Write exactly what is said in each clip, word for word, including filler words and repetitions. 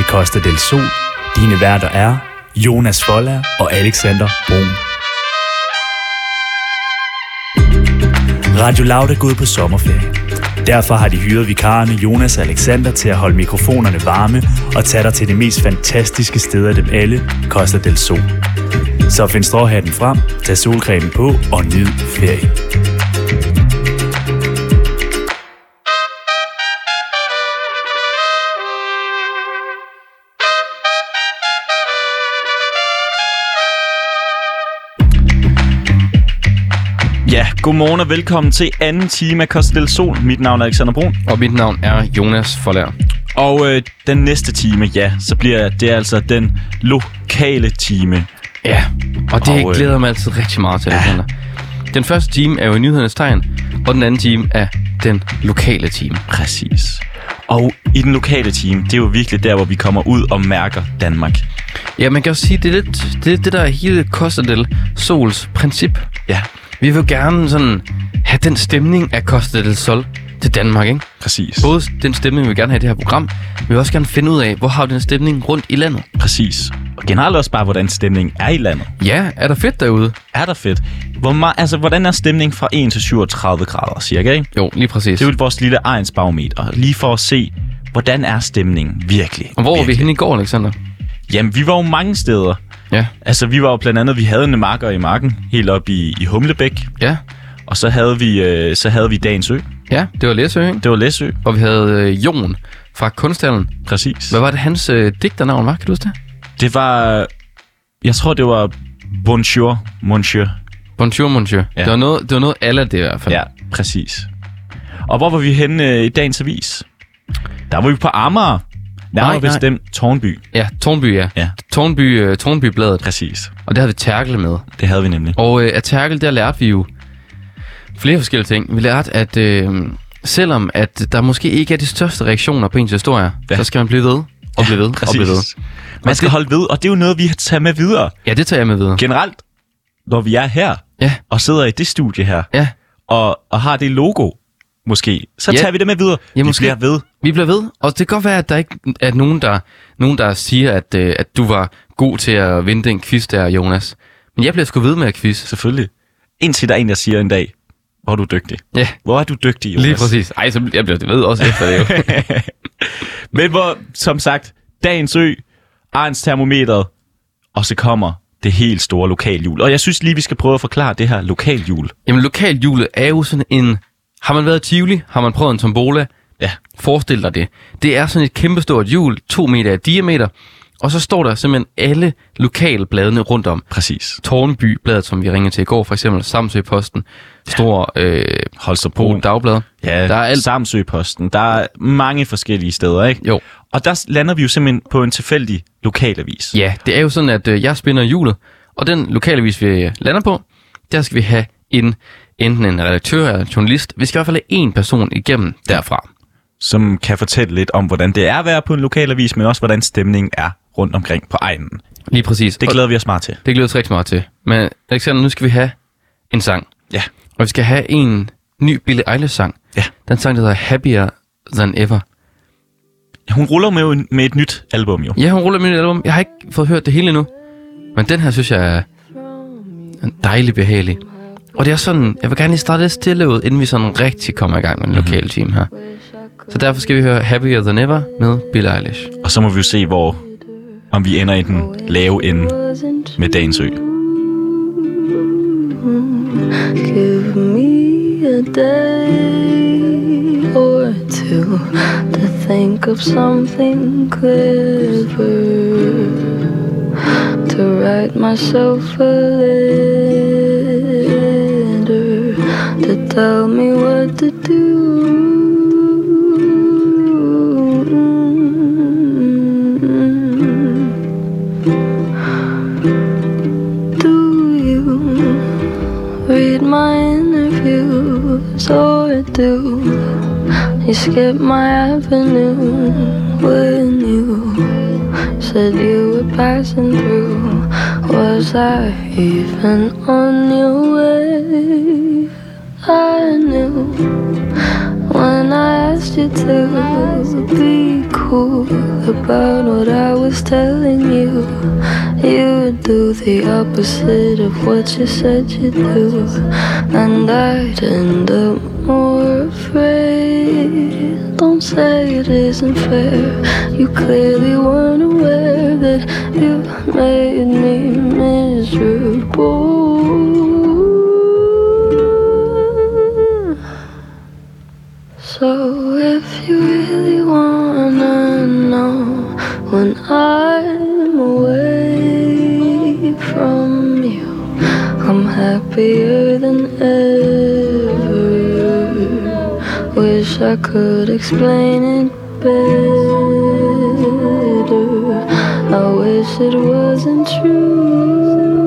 til Costa del Sol. Dine værter er Jonas Foldager og Alexander Brun. Radio Loud er gået på sommerferie. Derfor har de hyret vikarerne Jonas og Alexander til at holde mikrofonerne varme og tage dig til det mest fantastiske sted af dem alle, Costa del Sol. Så find stråhatten frem, tag solcremen på og nyd ferie. Ja, godmorgen og velkommen til anden time af Costa del Sol. Mit navn er Alexander Brun. Og mit navn er Jonas Foldager. Og øh, den næste time, ja, så bliver det altså den lokale time. Ja, og det og, øh, glæder jeg mig altid rigtig meget til, Alexander. Ja. Den første time er jo i nyhedernes tegn, og den anden time er den lokale time. Præcis. Og i den lokale time, det er jo virkelig der, hvor vi kommer ud og mærker Danmark. Ja, man kan også sige, det er lidt det, det der hele Costa del Sols princip. Ja. Vi vil jo gerne sådan have den stemning af Costa del Sol til Danmark, ikke? Præcis. Både den stemning, vi vil gerne have i det her program, vi vil også gerne finde ud af, hvor har vi den stemning rundt i landet. Præcis. Og generelt også bare, hvordan stemningen er i landet. Ja, er der fedt derude? Er der fedt? Hvor meget, altså, hvordan er stemningen fra en til syvogtredive grader, cirka, ikke? Jo, lige præcis. Det er jo vores lille egnsbarometer. Lige for at se, hvordan er stemningen virkelig. Og hvor virkelig. var vi henne i går, Alexander? Jamen, vi var jo mange steder. Ja. Altså, vi var jo blandt andet, vi havde en marker i marken, helt op i, i Humlebæk. Ja. Og så havde vi, øh, så havde vi Dagens Ø. Ja, det var Læsø, ikke? Det var Læsø. Og vi havde øh, Jon fra Kunsthallen. Præcis. Hvad var det, hans øh, digternavn var? Kan du huske det? Det var, jeg tror, det var Bonjour, Monsieur. Bonjour, Monsieur. Ja. Det var noget, det var noget alle det i hvert fald. Ja, præcis. Og hvor var vi henne øh, i Dagens Avis? Der var vi på Amager. Der var bestemt Tårnby. Ja, Tårnby, ja. Ja. Tårnby, øh, Tårnby-bladet. Præcis. Og det havde vi Terkel med. Det havde vi nemlig. Og øh, af Terkel, der lærte vi jo flere forskellige ting. Vi lærte, at øh, selvom at der måske ikke er de største reaktioner på ens historie, ja. så skal man blive ved og blive ved ja, og blive ved. Man skal det... holde ved, og det er jo noget, vi tager med videre. Ja, det tager jeg med videre. Generelt, når vi er her ja. og sidder i det studie her, ja. og, og har det logo, måske, så ja. tager vi det med videre. Ja, vi måske. bliver ved. Vi bliver ved, og det kan godt være, at der ikke er nogen, der, nogen, der siger, at, øh, at du var god til at vinde den quiz der, Jonas. Men jeg bliver sgu ved med at quiz. Selvfølgelig. Indtil der er en, der siger en dag, hvor er du dygtig. Ja. Hvor er du dygtig, Jonas? Lige præcis. Ej, så jeg bliver det ved også efter det jo. Men hvor, som sagt, Dagens Ø, Arns termometeret, og så kommer det helt store lokalhjul. Og jeg synes lige, vi skal prøve at forklare det her lokalhjul. Jamen, lokalhjulet er jo sådan en... Har man været i Tivoli? Har man prøvet en tombola? Ja. Forestil dig det. Det er sådan et kæmpestort hjul, to meter i diameter, og så står der simpelthen alle lokalbladene rundt om. Præcis. Tårnby-bladet, som vi ringede til i går, for eksempel Samsø-Posten, Stor øh, Holstebro Dagblad. Ja, der er alt... Samsø-Posten. Der er mange forskellige steder, ikke? Jo. Og der lander vi jo simpelthen på en tilfældig lokalavis. Ja, det er jo sådan, at øh, jeg spinder hjulet, og den lokalavis, vi lander på, der skal vi have en, enten en redaktør eller en journalist. Vi skal i hvert fald have en person igennem derfra. Som kan fortælle lidt om, hvordan det er at være på en lokalavis, men også hvordan stemningen er rundt omkring på egnen. Lige præcis. Det glæder vi os meget til. Det glæder vi os rigtig meget til. Men Alexander, nu skal vi have en sang. Ja. Og vi skal have en ny Billie Eilish-sang. Ja. Den sang, der hedder Happier Than Ever. Hun ruller med, med et nyt album, jo. Ja, hun ruller med et album. Jeg har ikke fået hørt det hele endnu. Men den her, synes jeg, er en dejlig behagelig. Og det er sådan, jeg vil gerne lige starte lidt stille ud, inden vi sådan rigtig kommer i gang med den lokale mm-hmm. team her. Så derfor skal vi høre Happier Than Ever med Billie Eilish. Og så må vi jo se, hvor om vi ender i den lave ende med Dagens Ø. Give me a day or two to think of something clever, to write myself a letter, to tell me what to do. Read my interviews or do you skip my avenue when you said you were passing through? Was I even on your way? I knew when I asked you to be cool. cool about what I was telling you. You would do the opposite of what you said you'd do, and I'd end up more afraid. Don't say it isn't fair. You clearly weren't aware that you made me miserable. So if you really wanna know when I'm away from you, I'm happier than ever. Wish I could explain it better. I wish it wasn't true.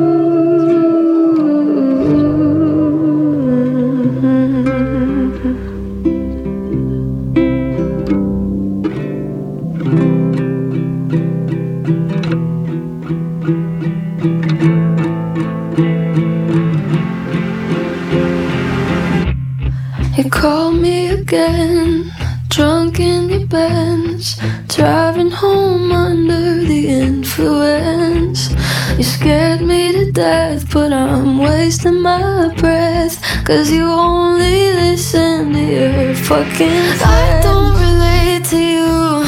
You call me again, drunk in your Benz, driving home under the influence. You scared me to death, but I'm wasting my breath, 'cause you only listen to your fucking friends. I don't relate to you,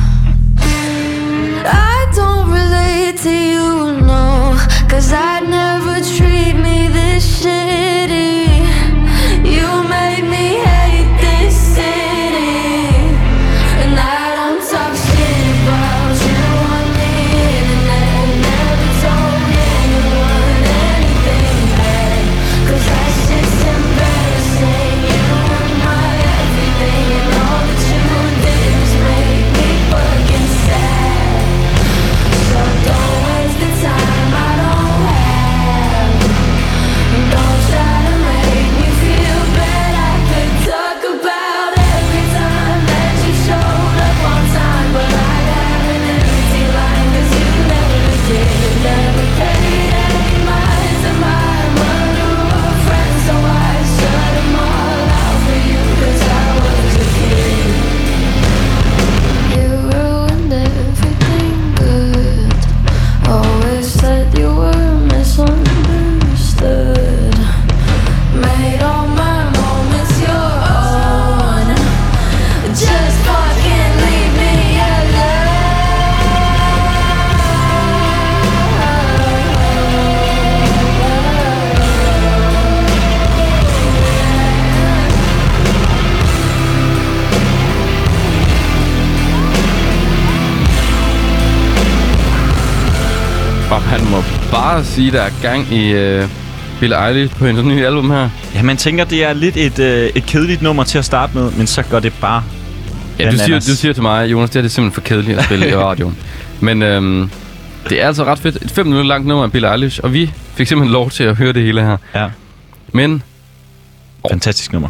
I don't relate to you, no, 'cause I'd never treat me this shitty. You made me hate this city, and I don't talk shit about you on the internet. Never told anyone anything bad, 'cause that shit's embarrassing. You were my everything, and all that you did was make me fucking sad. So don't waste the time I don't have, and don't try to make me feel bad. I could talk about every time that you showed up on time, but I got an empty line, 'cause you never did, never paid any mind to my mother or friends, so I shut them all out for you, 'cause I was a kid. You ruined everything good, always said you were misunderstood, made all my moments your own. Just fucking leave me Og han må bare sige, der er gang i uh, Billie Eilish på hendes nye album her. Ja, man tænker, det er lidt et, øh, et kedeligt nummer til at starte med, men så går det bare Ja, du siger, bananas. du siger til mig, Jonas, det er det simpelthen for kedeligt at spille i radioen. Men øhm, det er altså ret fedt. Et fem minutter langt nummer af Billie Eilish, og vi fik simpelthen lov til at høre det hele her. Ja, Men fantastisk nummer.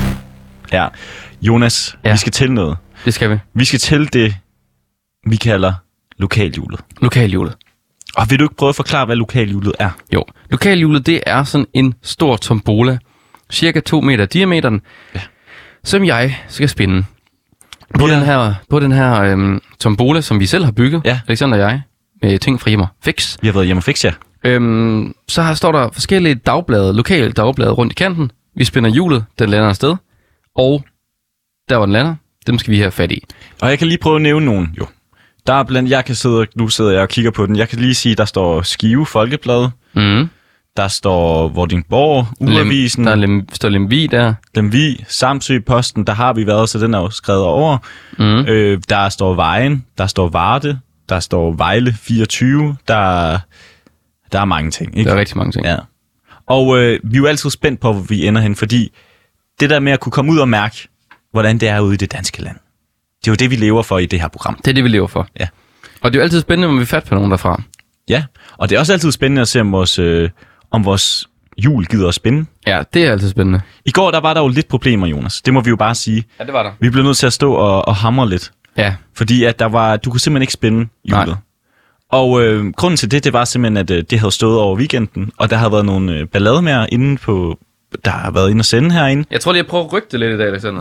Ja, Jonas, Ja. ja. vi skal til noget. det skal vi. Vi skal til det, vi kalder lokalhjulet. Lokalhjulet. Og vil du ikke prøve at forklare, hvad lokalhjulet er? Jo, lokalhjulet, det er sådan en stor tombola, cirka to meter diameteren, Ja. som jeg skal spinde. På Vi den har- her, på den her øhm, tombola, som vi selv har bygget, Ja. Alexander og jeg, med ting fra Hjemme Fix. Vi har været hjemme og fix, ja. Øhm, så her står der forskellige dagblade, lokale dagblade rundt i kanten. Vi spænder hjulet, den lander afsted, og der hvor den lander, dem skal vi have fat i. Og jeg kan lige prøve at nævne nogen, jo. Der er blandt, jeg kan sidde, nu sidder jeg og kigger på den. Jeg kan lige sige, der står Skive Folkeblad. Mm. Der står Vordingborg, Ugeavisen, Der er Lem, står Lemvig der. Lemvig, Samsø Posten, der har vi været, så den er jo skrevet over. Mm. Øh, der står Vejen, der står Varde, der står Vejle fireogtyve, der, der er mange ting, ikke? Der er rigtig mange ting. Ja. Og øh, vi er jo altid spændt på, hvor vi ender hen, fordi det der med at kunne komme ud og mærke, hvordan det er ude i det danske land, det er jo det, vi lever for i det her program. Det er det, vi lever for. Ja. Og det er jo altid spændende, når vi fat på nogen derfra. Ja, og det er også altid spændende at se, om vores, øh, om vores jul gider at spænde. Ja, det er altid spændende. I går, der var der jo lidt problemer, Jonas. Det må vi jo bare sige. Ja, det var der. Vi blev nødt til at stå og, og hamre lidt. Ja, Fordi at der var, du kunne simpelthen ikke spænde hjulet. Nej. Og øh, grunden til det, det var simpelthen, at øh, det havde stået over weekenden, og der havde været nogle øh, ballademærer inde på, der har været inde og sende herinde. jeg tror lige, jeg prøver at rykke det lidt i dag, Alexander. Ja,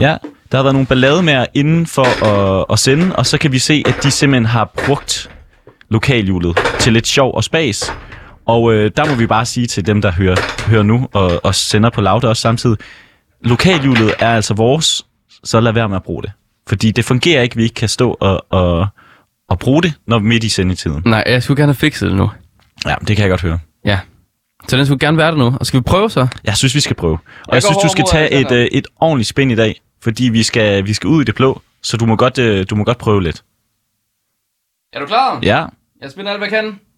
Der har været nogle ballademærer inden for at, at sende, og så kan vi se, at de simpelthen har brugt lokalhjulet til lidt sjov og spas. Og øh, der må vi bare sige til dem, der hører, hører nu og, og sender på Loud også samtidig, lokalhjulet er altså vores, så lad være med at bruge det. Fordi det fungerer ikke, vi ikke kan stå og, og, og bruge det, når vi er midt i sendetiden. Nej, jeg skulle gerne have fikset det nu. Ja, det kan jeg godt høre. Ja. Så den skulle gerne være der nu. Og skal vi prøve så? Jeg synes, vi skal prøve. Og jeg, jeg synes, du skal tage et, øh, et ordentligt spænd i dag, fordi vi skal, vi skal ud i det blå, så du må godt, øh, du må godt prøve lidt. Er du klar? Ja, Jeg spiller alt, hvad jeg kan.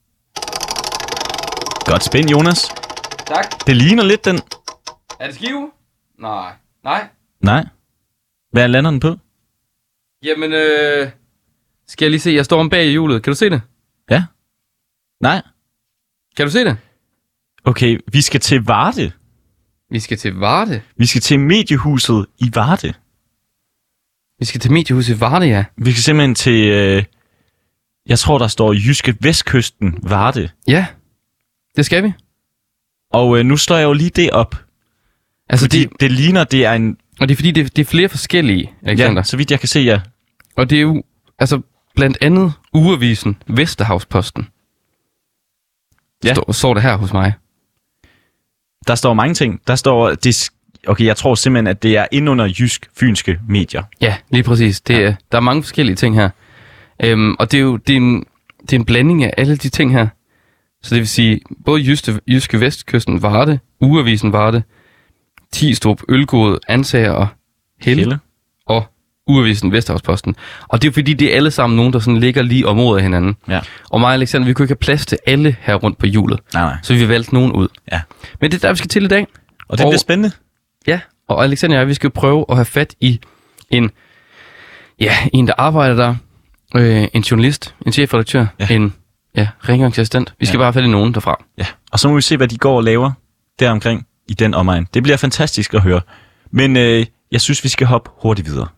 godt spænd, Jonas. Tak. Det ligner lidt den. Er det skive? Nej. Nej. Nej. Hvad lander den på? Jamen, øh... skal jeg lige se, jeg står om bag i hjulet. Kan du se det? Ja. Nej. Kan du se det? Okay, vi skal til Varde. Vi skal til Varde. Vi skal til mediehuset i Varde. Vi skal til mediehuset Varde, ja. Vi skal simpelthen til, øh, jeg tror, der står Jyske Vestkysten Varde. Ja, det skal vi. Og øh, nu slår jeg jo lige det op. Altså, Fordi det, det, det ligner, det er en... og det er fordi, det, det er flere forskellige, Alexander. Ja, så vidt jeg kan se, ja. Og det er jo, altså, blandt andet ugeavisen Vesterhavsposten. Ja. Står, står det her hos mig. Der står mange ting. Der står... Det, okay, jeg tror simpelthen, at det er inde under jysk-fynske medier. Ja, lige præcis. Det, ja. Der er mange forskellige ting her. Øhm, og det er jo det er en, det er en blanding af alle de ting her. Så det vil sige, både Jyske, Jyske Vestkysten Varde, Ugeavisen Varde, Tistrup, Ølgod, Ansager og Helle, Helle. og Ugeavisen Vesterhavsposten. Og det er fordi, det er alle sammen nogen, der sådan ligger lige området af hinanden. Ja. Og mig og Alexander, vi kunne ikke have plads til alle her rundt på hjulet. Nej, nej. Så vi valgte nogen ud. Ja. Men det er der, vi skal til i dag. Og det Og- bliver spændende. Ja, og Alexander og jeg, vi skal prøve at have fat i en, ja, en der arbejder der, øh, en journalist, en chefredaktør, Ja. ja. en ja, rengøringsassistent. Vi skal Ja. bare have fat i nogen derfra. Ja. Og så må vi se, hvad de går og laver deromkring i den omegn. Det bliver fantastisk at høre. Men øh, jeg synes, vi skal hoppe hurtigt videre.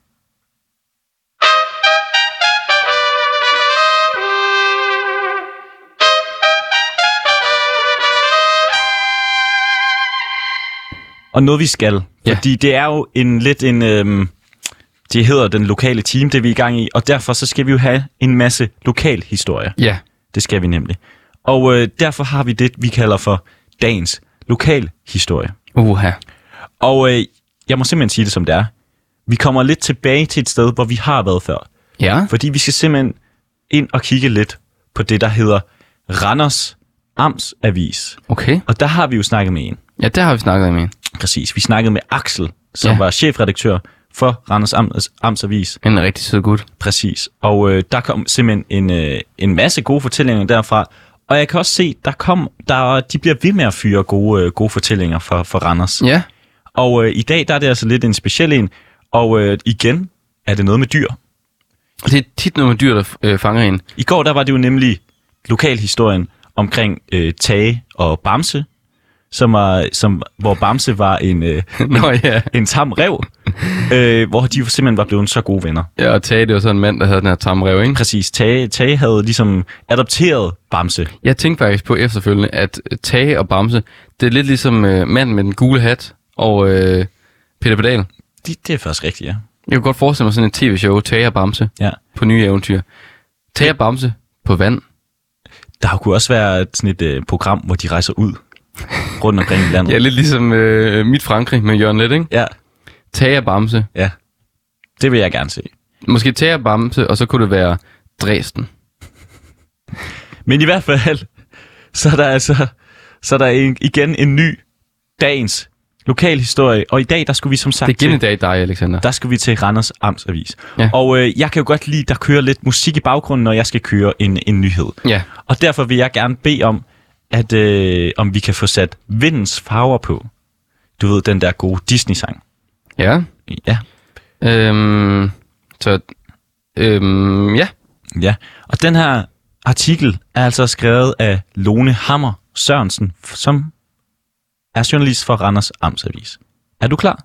Og noget vi skal, Ja. fordi det er jo en lidt en, øhm, det hedder den lokale team, det vi er i gang i, og derfor så skal vi jo have en masse lokal historie. Ja, Det skal vi nemlig. Og øh, derfor har vi det, vi kalder for dagens lokal historie. uha. Og øh, jeg må simpelthen sige det som det er. Vi kommer lidt tilbage til et sted, hvor vi har været før. Ja, Fordi vi skal simpelthen ind og kigge lidt på det, der hedder Randers Amtsavis. okay. Og der har vi jo snakket med en. Ja, der har vi snakket med en. Præcis. Vi snakkede med Axel, som Ja. var chefredaktør for Randers Amts, Amtsavis. En rigtig sød gut. Præcis. Og øh, der kom simpelthen en, øh, en masse gode fortællinger derfra. Og jeg kan også se, der kom, der, de bliver ved med at fyre gode, øh, gode fortællinger for, for Randers. Ja, Og øh, i dag der er det altså lidt en speciel en. Og øh, igen er det noget med dyr. det er tit noget med dyr, der øh, fanger en. I går der var det jo nemlig lokalhistorien omkring øh, Tage og Bamse, som var, som, hvor Bamse var en, øh, Nå ja. en tam ræv, øh, hvor de simpelthen var blevet så gode venner. Ja, og Tage, det var sådan en mand, der havde den her tamrev, ikke? Præcis. Tage, Tage havde ligesom adopteret Bamse. Jeg tænkte faktisk på efterfølgende, at øh, Tage og Bamse, det er lidt ligesom øh, manden med den gule hat og øh, Peter Pedal. Det, det er faktisk rigtigt, ja. Jeg kunne godt forestille mig sådan et tv-show, Tage og Bamse, ja. på nye eventyr. Tage og Bamse på vand. Der kunne også være sådan et øh, program, hvor de rejser ud rundt omkring i landet. Ja, lidt ligesom øh, Mit Frankrig med Jørgen Let, ikke? Ja, Tage og Bamse. ja. Det vil jeg gerne se. Måske Tage og Bamse, og så kunne det være Dresden. Men i hvert fald, så er der altså så er der en, igen en ny dagens lokalhistorie. Og i dag, der skulle vi som sagt Det er igen i til, dag dig, Alexander. der skal vi til Randers Amtsavis. Ja. Og øh, jeg kan jo godt lide, der kører lidt musik i baggrunden, når jeg skal køre en, en nyhed. Ja. Og derfor vil jeg gerne bede om, at øh, om vi kan få sat Vindens Farver på. Du ved, den der gode Disney-sang. Ja. Ja. Øhm, så, øhm, ja. Ja, og den her artikel er altså skrevet af Lone Hammer Sørensen, som er journalist for Randers Amtsavis. Er du klar?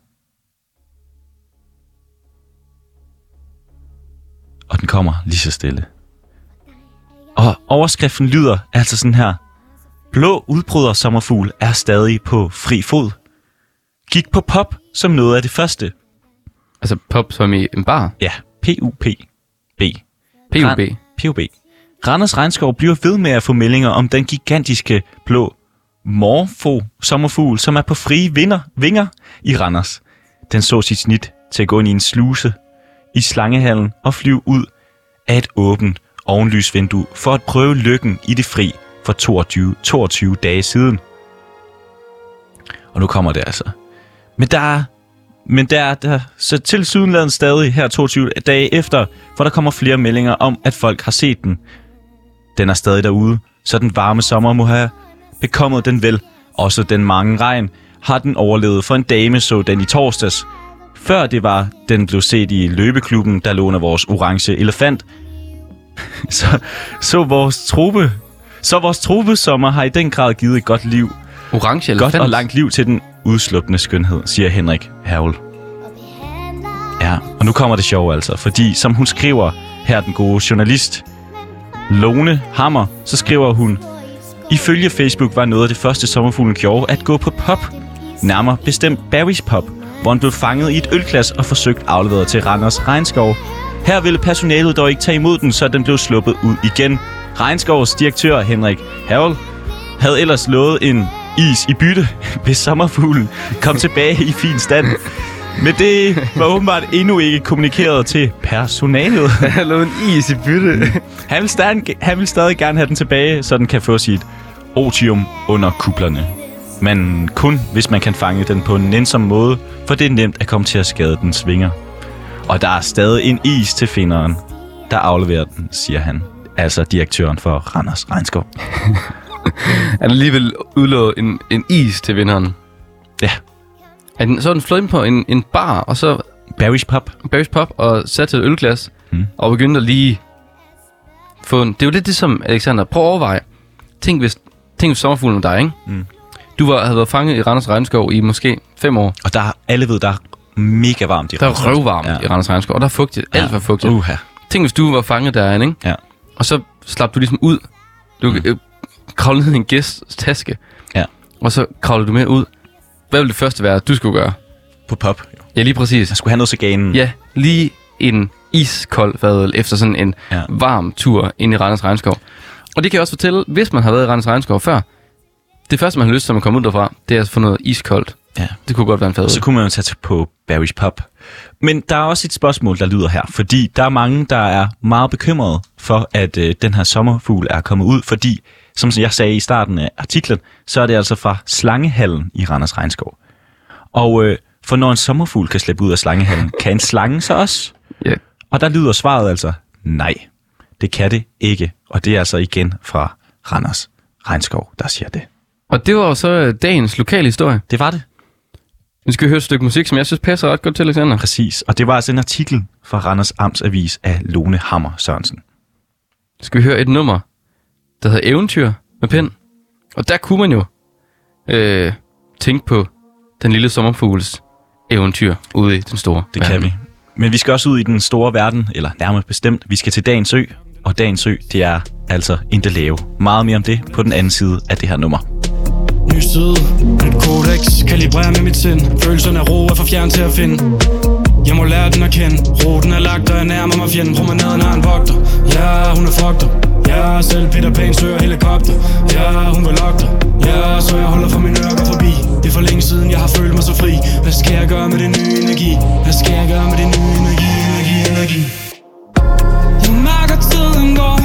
Og den kommer lige så stille. Og overskriften lyder altså sådan her. Blå udbryder sommerfugl er stadig på fri fod. Gik på pop som noget af det første. Altså pop som i en bar? Ja, P U P B. P U B? P U B. Randers Regnskov bliver ved med at få meldinger om den gigantiske blå morfo-sommerfugl, som er på frie vinger, vinger i Randers. Den så sit snit til at gå ind i en sluse i Slangehallen og flyve ud af et åbent ovenlysvindue for at prøve lykken i det fri for toogtyve, toogtyve dage siden. Og nu kommer det altså. Men der er, men der er der, så til sydenlandet stadig her toogtyve dage efter, for der kommer flere meldinger om, at folk har set den. Den er stadig derude, så den varme sommer må have bekommet den vel. Også den mange regn har den overlevet, for en dame så den i torsdags. Før det var, den blev set i løbeklubben, der låner vores orange elefant. så, så vores trope, så vores tropesommer har i den grad givet et godt liv. Orange elefant? Godt og langt liv til den udsluppende skønhed, siger Henrik Hervel. Ja, og nu kommer det sjove altså, fordi som hun skriver, her den gode journalist, Lone Hammer, så skriver hun, ifølge Facebook var noget af det første sommerfuglen gjorde at gå på pop, nærmere bestemt Barry's Pop, hvor han blev fanget i et ølglas og forsøgt afleveret til Randers Regnskov. Her ville personalet dog ikke tage imod den, så den blev sluppet ud igen. Regnskovs direktør Henrik Hervel havde ellers lovet en is i bytte, hvis sommerfuglen kom tilbage i fin stand. Men det var åbenbart endnu ikke kommunikeret til personalet. Han lavede en is i bytte. Han vil, stadig, han vil stadig gerne have den tilbage, så den kan få sit otium under kublerne. Men kun hvis man kan fange den på en nænsom måde, for det er nemt at komme til at skade den svinger. Og der er stadig en is til finderen, der afleverer den, siger han. Altså direktøren for Randers Regnskov. Han alligevel udlovet en, en is til vinderen. Ja. Er den, så er den fløjet ind på en, en bar, og så Barry's Pop. Barry's Pop, og sat til et ølglas, hmm. og begyndte at lige få en... Det er jo lidt det som, Alexander, prøv at overveje. Tænk hvis, tænk hvis sommerfuglen var dig, ikke? Mm. Du var, havde været fanget i Randers Regnskov i måske fem år. Og der alle ved, der er mega varmt i Der er røvvarmt ja. i Randers Regnskov, og der er fugtigt. Alt var fugtigt. Uh-huh. Tænk hvis du var fanget derinde, ikke? Ja. Og så slap du ligesom ud. Du mm. øh, kravlede ned i en gæsts taske. Ja. Og så kravlede du med ud. Hvad ville det første være, du skulle gøre? På pop. Ja, lige præcis. Jeg skulle have noget til ganen. Ja, lige en iskold fadøl efter sådan en ja. varm tur ind i Randers Regnskov. Og det kan jeg også fortælle, hvis man har været i Randers Regnskov før. Det første, man har lyst til, at man kommer ud derfra, det er at få noget iskoldt. Ja. Det kunne godt være en fadøl. Så kunne man jo tage på Barry's Pop. Men der er også et spørgsmål, der lyder her. Fordi der er mange, der er meget bekymrede for, at øh, den her sommerfugl er kommet ud. Fordi, som jeg sagde i starten af artiklen, så er det altså fra Slangehallen i Randers Regnskov. Og øh, for når en sommerfugl kan slippe ud af Slangehallen, kan en slange så også? Ja. Og der lyder svaret altså, nej, det kan det ikke. Og det er altså igen fra Randers Regnskov, der siger det. Og det var jo så dagens lokale historie. Det var det. Nu skal vi høre et stykke musik, som jeg synes passer ret godt til, Alexander. Præcis, og det var altså en artikel fra Randers Amtsavis af Lone Hammer Sørensen. Nu skal vi høre et nummer, der hedder Eventyr med pen. Og der kunne man jo øh, tænke på den lille sommerfugls eventyr ude i den store Det verden. kan vi. Men vi skal også ud i den store verden, eller nærmere bestemt. Vi skal til Dagens Ø, og Dagens Ø, det er altså Indelave. Meget mere om det på den anden side af det her nummer. Ny side, nyt kodex, kalibrerer med mit sind. Følelsen af ro er for fjern til at finde. Jeg må lære den at kende. Ruten er lagt, og jeg nærmer mig fjenden. Promenaden har en vogter. Ja, hun er fucked up. Ja, selv Peter Pan søger helikopter. Ja, hun vil lokke dig. Ja, så jeg holder for min ørker forbi. Det er for længe siden, jeg har følt mig så fri. Hvad skal jeg gøre med den nye energi? Hvad skal jeg gøre med den nye energi, energi, energi? Jeg mærker tiden går.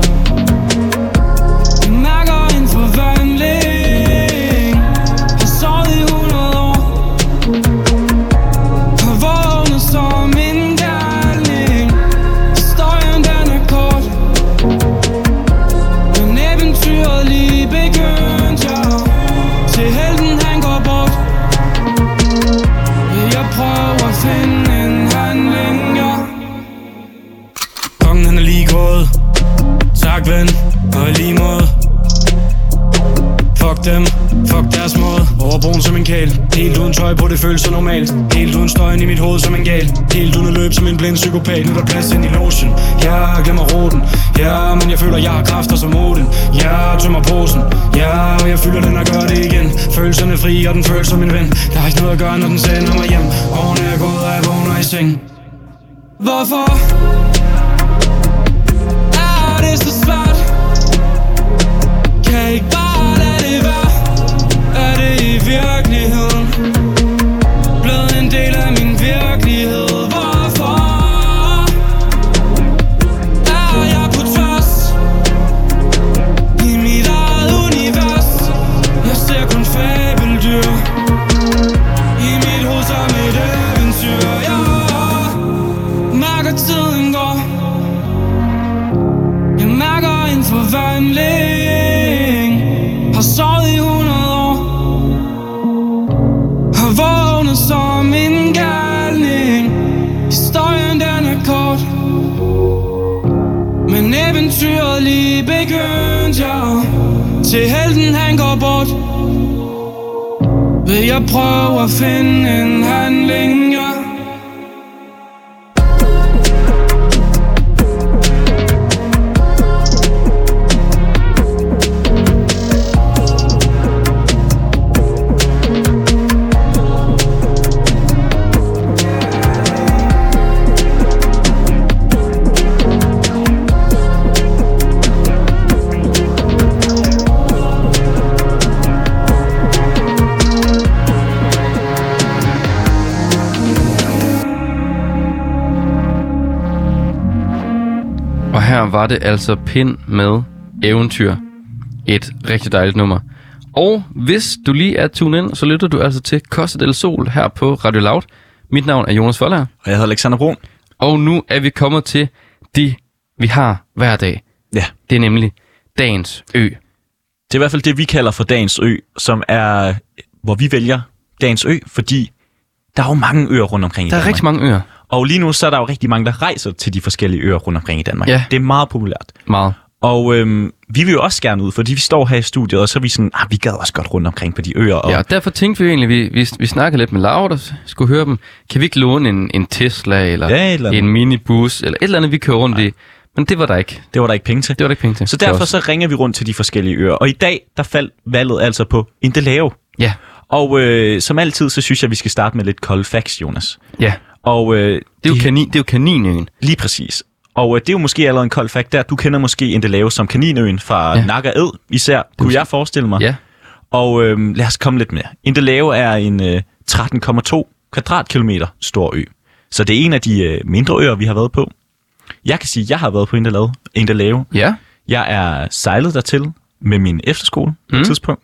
Jeg mærker en forvandling. Har sovet i hundrede år. Har vågnet som en galning. Støjen den er kort. Men eventyret lige begyndt, ja. Til helten han går bort. Jeg prøver at finde en handling, ja. Kongen han er lige gået. Tak ven, og i lige måde. Fuck dem, fuck deres måde. Over broen som en kæl. Helt uden tøj på, det føles så normalt. Helt uden støjen i mit hoved som en gal. Helt uden at løb som en blind psykopat. Nu er der plads ind i lotion. Jeg glemmer roten. Ja, men jeg føler jeg har kræfter som Odin. Jeg tømmer posen. Ja, og jeg fylder den og gør det igen. Føles følelserne fri, og den føles som en ven. Der har ikke noget at gøre, når den sender mig hjem. Årene er gået, og jeg vågner i seng. Hvorfor er det så svært? Kan jeg ikke bare lade det være? Er det i virkeligheden blevet en del af min virkelighed? Hvorfor er jeg på tværs i mit eget univers? Jeg ser kun fabeldyr i mit hoved som et eventyr. Jeg mærker tiden går, jeg mærker en forvandling. Har sovet i hundrede år, har vågnet som en galning. Historien den er kort, men eventyret lige begyndt, ja. Til helten han går bort, vil jeg prøve at finde en handling, ja. Her var det altså Pind med Eventyr. Et rigtig dejligt nummer. Og hvis du lige er tunet ind, så lytter du altså til Costa del Sol her på Radio Loud. Mit navn er Jonas Foldager. Og jeg hedder Alexander Brun. Og nu er vi kommet til det, vi har hver dag. Ja. Det er nemlig Dagens Ø. Det er i hvert fald det, vi kalder for Dagens Ø, som er, hvor vi vælger Dagens Ø, fordi der er jo mange øer rundt omkring i Der er Danmark. rigtig mange øer. Og lige nu så er der jo rigtig mange, der rejser til de forskellige øer rundt omkring i Danmark. Ja. Det er meget populært. Meget. Og øhm, vi vil jo også gerne ud, fordi vi står her i studiet, og så er vi sådan, ah, vi gad også godt rundt omkring på de øer. Og Ja, og derfor tænkte vi egentlig, vi, vi, vi snakkede lidt med Laura, der skulle høre dem. Kan vi ikke låne en, en Tesla, eller, Ja, et eller andet. en minibus, eller et eller andet, vi kører rundt i? Men det var der ikke. det var der ikke penge til. Det var der ikke penge til. Så Det var derfor også- så ringer vi rundt til de forskellige øer. Og i dag, der faldt valget altså på Indelave. Ja, Og øh, som altid, så synes jeg, vi skal starte med lidt cold facts, Jonas. ja. Og øh, Det er jo, de- kanin, det er jo kaninøen. Lige præcis. Og øh, det er jo måske allerede en kold fact der. Du kender måske Indelave som kaninøen fra Ja. ja. Nakker Ed, især, kunne måske- jeg forestille mig. Ja. Og øh, lad os komme lidt mere. Indelave er en øh, tretten komma to kvadratkilometer stor ø. Så det er en af de øh, mindre øer, vi har været på. Jeg kan sige, at jeg har været på Indelave. Indelave. Ja. Jeg er sejlet dertil med min efterskole på Mm. et tidspunkt.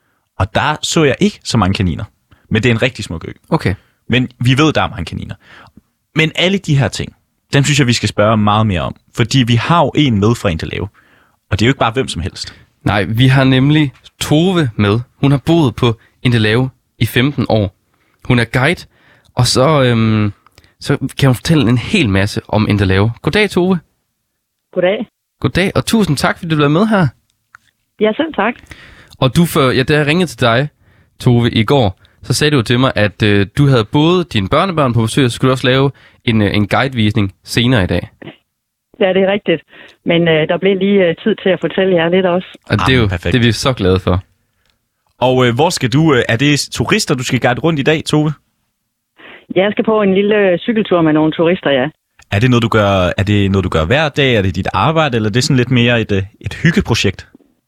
Og der så jeg ikke så mange kaniner. Men det er en rigtig smuk ø. Okay. Men vi ved, der er mange kaniner. Men alle de her ting, dem synes jeg, vi skal spørge meget mere om. Fordi vi har jo en med fra Indelave. Og det er jo ikke bare hvem som helst. Nej, vi har nemlig Tove med. Hun har boet på Indelave i femten år. Hun er guide, og så, øhm, så kan hun fortælle en hel masse om Indelave. Goddag, Tove. Goddag. Goddag, og tusind tak, fordi du blev med her. Ja, selv tak. Og du, for, ja, da jeg ringede til dig, Tove, i går, så sagde du jo til mig, at øh, du havde både dine børnebørn på besøg, og så skulle du også lave en, øh, en guidevisning senere i dag. Ja, det er rigtigt. Men øh, der blev lige øh, tid til at fortælle jer lidt også. Og det er jo Jamen, perfekt. det, er vi så glade for. Og øh, hvor skal du... Øh, er det turister, du skal guide rundt i dag, Tove? Jeg skal på en lille øh, cykeltur med nogle turister, ja. Er det noget, du gør, er det noget, du gør hver dag? Er det dit arbejde, eller er det sådan lidt mere et, øh, et hyggeprojekt?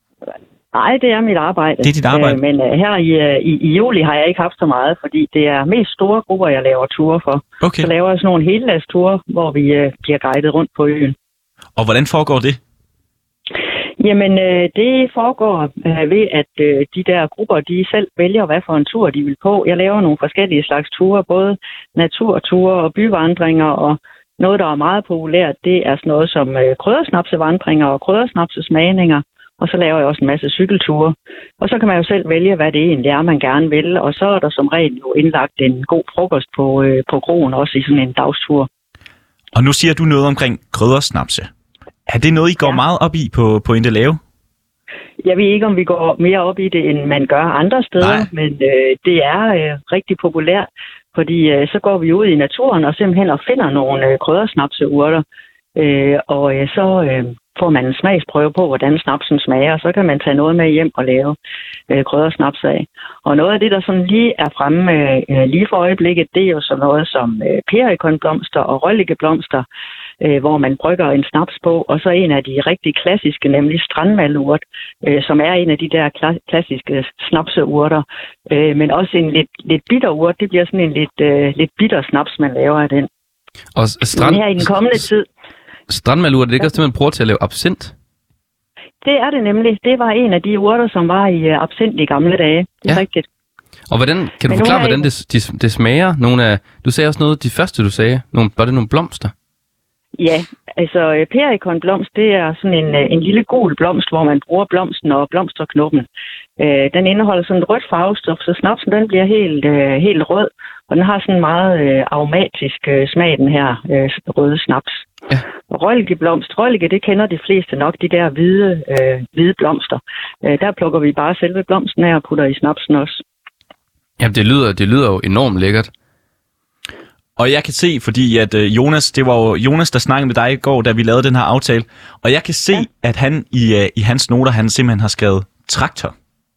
Nej, det er mit arbejde. Det er dit arbejde? Øh, men øh, her i, øh, i, i juli har jeg ikke haft så meget, fordi det er mest store grupper, jeg laver ture for. Okay. Så laver jeg sådan nogle heldagsture, hvor vi øh, bliver guidet rundt på øen. Og hvordan foregår det? Jamen, øh, det foregår øh, ved, at øh, de der grupper, de selv vælger, hvad for en tur de vil på. Jeg laver nogle forskellige slags ture, både naturture og byvandringer, og noget, der er meget populært, det er sådan noget som øh, kryddersnapsevandringer og kryddersnapsesmagninger. Og så laver jeg også en masse cykelture. Og så kan man jo selv vælge, hvad det egentlig er, man gerne vil. Og så er der som regel jo indlagt en god frokost på, øh, på kroen, også i sådan en dagstur. Og nu siger du noget omkring kryddersnapse. Er det noget, I går ja. meget op i på, på Indelave? Jeg ved ikke, om vi går mere op i det, end man gør andre steder, Nej. men øh, det er øh, rigtig populært, fordi øh, så går vi ud i naturen og simpelthen og finder nogle øh, kryddersnapseurter. Øh, og øh, så øh, får man en smagsprøve på, hvordan snapsen smager, og så kan man tage noget med hjem og lave øh, kryddersnaps af. Og noget af det, der sådan lige er fremme øh, lige for øjeblikket, det er jo sådan noget som øh, perikonblomster og røllikeblomster, øh, hvor man brygger en snaps på, og så en af de rigtig klassiske, nemlig strandmalurt, øh, som er en af de der kla- klassiske snapseurter, øh, men også en lidt, lidt bitter urt. Det bliver sådan en lidt, øh, lidt bitter snaps, man laver af den. Og strand... Men her i den kommende tid... Strandmalurt, det er ikke også det, man bruger til at lave absint? Det er det nemlig. Det var en af de urter, som var i uh, absint i gamle dage. Det er ja. rigtigt. Og hvordan, kan du Men forklare, er hvordan det, det, det smager? Nogle af, du sagde også noget, de første du sagde. Nogle, var det nogle blomster? Ja, altså perikonblomst, det er sådan en, en lille gul blomst, hvor man bruger blomsten og blomsterknoppen. Øh, den indeholder sådan et rødt farvestof, så snapsen den bliver helt, øh, helt rød, og den har sådan en meget øh, aromatisk øh, smag, den her øh, røde snaps. Ja. Røllikeblomst, røllike, det kender de fleste nok, de der hvide, øh, hvide blomster. Øh, der plukker vi bare selve blomsten af og putter i snapsen også. Jamen, det lyder, det lyder jo enormt lækkert. Og jeg kan se, fordi at øh, Jonas, det var jo Jonas, der snakkede med dig i går, da vi lavede den her aftale, og jeg kan se, ja. at han i, øh, i hans noter, han simpelthen har skrevet traktor.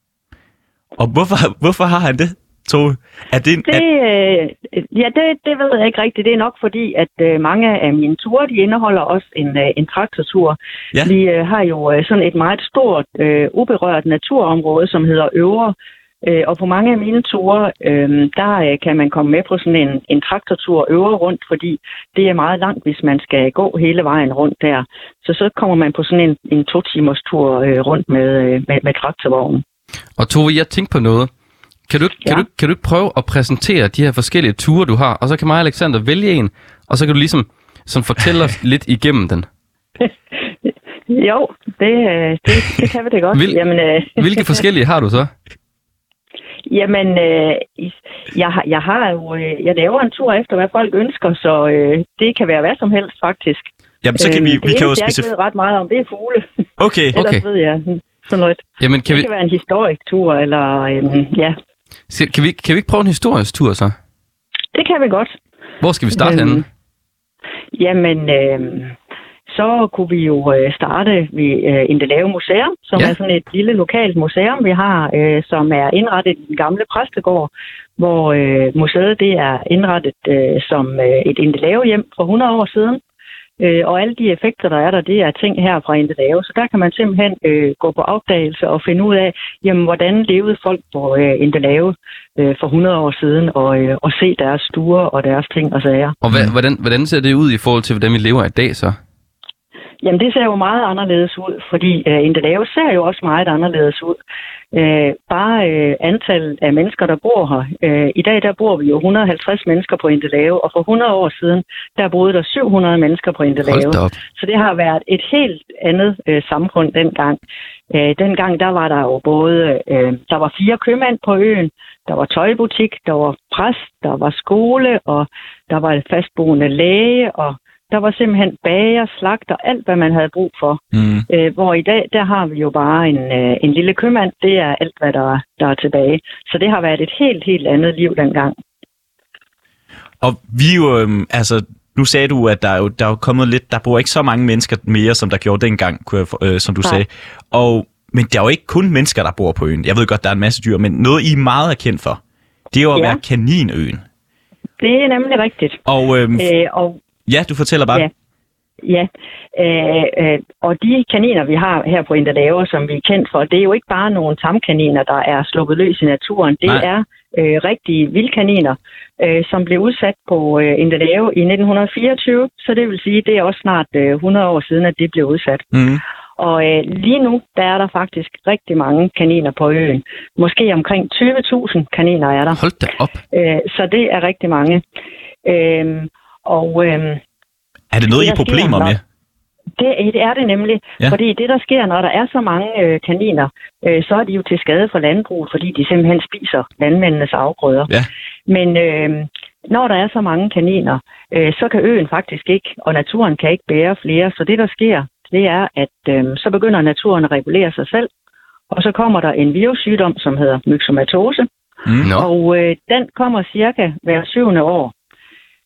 Og hvorfor, hvorfor har han det, Tove? Er det, det, øh, ja, det, det ved jeg ikke rigtigt. Det er nok fordi, at øh, mange af mine ture, de indeholder også en, øh, en traktortur. Ja. Vi øh, har jo øh, sådan et meget stort, øh, uberørt naturområde, som hedder Øvre. Øh, og på mange af mine ture, øh, der øh, kan man komme med på sådan en, en traktortur Øvre rundt, fordi det er meget langt, hvis man skal gå hele vejen rundt der. Så så kommer man på sådan en, en to timers tur øh, rundt med, øh, med, med traktorvognen. Og Tove, jeg tænkte på noget. Kan du, kan, ja. du, kan du ikke prøve at præsentere de her forskellige ture, du har, og så kan mig og Alexander vælge en, og så kan du ligesom sådan fortælle os lidt igennem den. Jo, det, det, det kan vi det godt. Hvil, Jamen, øh... Hvilke forskellige har du så? Jamen, øh, jeg, har, jeg har jo, øh, jeg laver en tur efter, hvad folk ønsker, så øh, det kan være hvad som helst, faktisk. Jamen, så kan vi, øh, vi det kan jo specif- specif- jeg ikke ved ret meget om, det er fugle. Okay. Ellers okay. ved jeg sådan noget. Jamen, kan det vi... kan være en historisk tur, eller øh, ja. Kan vi, kan vi ikke prøve en historisk tur, så? Det kan vi godt. Hvor skal vi starte øh, henne? Jamen... Øh, så kunne vi jo øh, starte ved øh, Indelave Museum, som ja. er sådan et lille lokalt museum, vi har, øh, som er indrettet i den gamle præstegård, hvor øh, museet det er indrettet øh, som øh, et Indelave-hjem for hundrede år siden. Øh, og alle de effekter, der er der, det er ting her fra Indelave. Så der kan man simpelthen øh, gå på opdagelse og finde ud af, jamen, hvordan levede folk på øh, Indelave øh, for hundrede år siden, og, øh, og se deres stuer og deres ting og sager. Og hva, hvordan, hvordan ser det ud i forhold til, hvordan vi lever i dag så? Jamen, det ser jo meget anderledes ud, fordi øh, Indelave ser jo også meget anderledes ud. Øh, bare øh, antallet af mennesker, der bor her. Øh, I dag, der bor vi jo et hundrede og halvtreds mennesker på Indelave, og for hundrede år siden, der boede der syv hundrede mennesker på Indelave. Så det har været et helt andet øh, samfund dengang. Øh, dengang, der var der jo både, øh, der var fire købmænd på øen, der var tøjbutik, der var præst, der var skole, og der var fastboende læge, og der var simpelthen bager, slagter, alt hvad man havde brug for. Mm. Øh, hvor i dag, der har vi jo bare en, øh, en lille købmand. Det er alt, hvad der, der er tilbage. Så det har været et helt, helt andet liv dengang. Og vi jo, øh, altså, nu sagde du, at der er jo der er jo kommet lidt, der bor ikke så mange mennesker mere, som der gjorde dengang, kunne jeg, øh, som du Nej. sagde. Og, men der er jo ikke kun mennesker, der bor på øen. Jeg ved godt, der er en masse dyr, men noget, I er meget er kendt for, det er jo at ja. være kaninøen. Det er nemlig rigtigt. Og, øh, øh, og ja, du fortæller bare. Ja, ja. Øh, øh, og de kaniner, vi har her på Indelave, som vi er kendt for, det er jo ikke bare nogle tamkaniner, der er sluppet løs i naturen. Det Nej. er øh, rigtige vildkaniner, øh, som blev udsat på øh, Indelave i nitten fireogtyve. Så det vil sige, det er også snart øh, hundrede år siden, at det blev udsat. Mm. Og øh, lige nu, der er der faktisk rigtig mange kaniner på øen. Måske omkring tyve tusind kaniner er der. Hold da op. Øh, så det er rigtig mange. Øh, Og, øhm, er det noget, det, I er problemer sker, med? Det, det er det nemlig. Ja. Fordi det, der sker, når der er så mange øh, kaniner, øh, så er de jo til skade for landbruget, fordi de simpelthen spiser landmændenes afgrøder. Ja. Men øh, når der er så mange kaniner, øh, så kan øen faktisk ikke, og naturen kan ikke bære flere. Så det, der sker, det er, at øh, så begynder naturen at regulere sig selv. Og så kommer der en virussygdom, som hedder myxomatose. Mm. Og øh, den kommer cirka hver syvende år.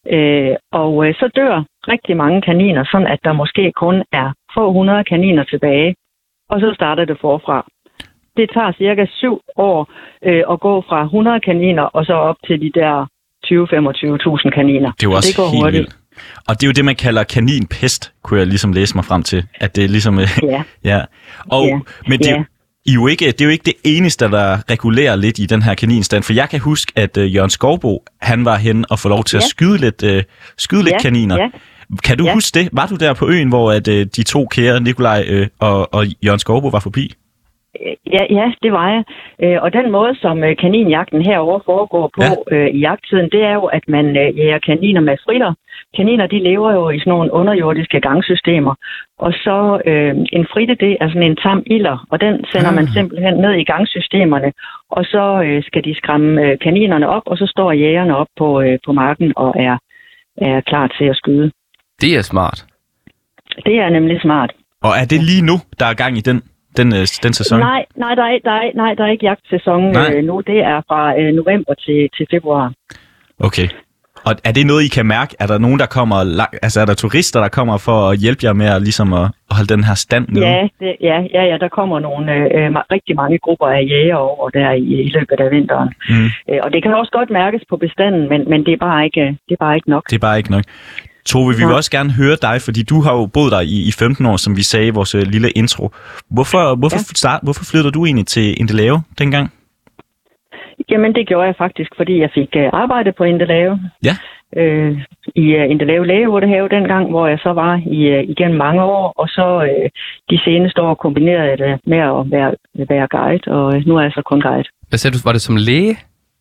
Øh, og øh, så dør rigtig mange kaniner, sådan at der måske kun er få hundrede kaniner tilbage, og så starter det forfra. Det tager cirka syv år øh, at gå fra hundrede kaniner og så op til de der tyve til femogtyve tusind kaniner. Det er jo også det går helt hurtigt. vildt. Og det er jo det, man kalder kaninpest, kunne jeg ligesom læse mig frem til. At det er ligesom... Ja. ja. Og, ja. Men det, ja. I er jo ikke, det er jo ikke det eneste, der regulerer lidt i den her kaninstand. For jeg kan huske, at uh, Jørgen Skovbo, han var hen og få lov til ja. at skyde lidt, uh, skyde lidt ja. kaniner. Ja. Kan du ja. huske det? Var du der på øen, hvor at, uh, de to kære, Nikolaj uh, og, og Jørgen Skovbo, var forbi? Ja, ja, det var jeg. Og den måde, som kaninjagten herover foregår på ja. øh, i jagttiden, det er jo, at man øh, jager kaniner med fritter. Kaniner, de lever jo i sådan nogle underjordiske gangsystemer. Og så øh, en fritte, det er sådan en tam ilder, og den sender ah. man simpelthen ned i gangsystemerne. Og så øh, skal de skræmme øh, kaninerne op, og så står jægerne op på, øh, på marken og er, er klar til at skyde. Det er smart. Det er nemlig smart. Og er det lige nu, der er gang i den? Den, den sæson? Nej, nej, der er, der er, nej, der er ikke jagtsæson øh, nu. Det er fra øh, november til, til februar. Okay. Og er det noget, I kan mærke? Er der nogen, der kommer... Altså, er der turister, der kommer for at hjælpe jer med at, ligesom at, at holde den her stand nede? Ja, det, ja, ja, ja, der kommer nogle øh, rigtig mange grupper af jæger over der i, i løbet af vinteren. Mm. Øh, og det kan også godt mærkes på bestanden, men, men det, er bare ikke, det er bare ikke nok. Det er bare ikke nok. Tove, vi vil ja. også gerne høre dig, fordi du har jo boet der i, i femten år, som vi sagde i vores uh, lille intro. Hvorfor, hvorfor, ja. start, hvorfor flyttede du egentlig til Endelave dengang? Jamen, det gjorde jeg faktisk, fordi jeg fik uh, arbejde på Endelave. Ja. Øh, I uh, Endelave Lægeurtehave dengang, hvor jeg så var i, uh, igennem mange år, og så uh, de seneste år kombinerede det med at være, være guide, og uh, nu er jeg så kun guide. Hvad sagde du, var det som læge?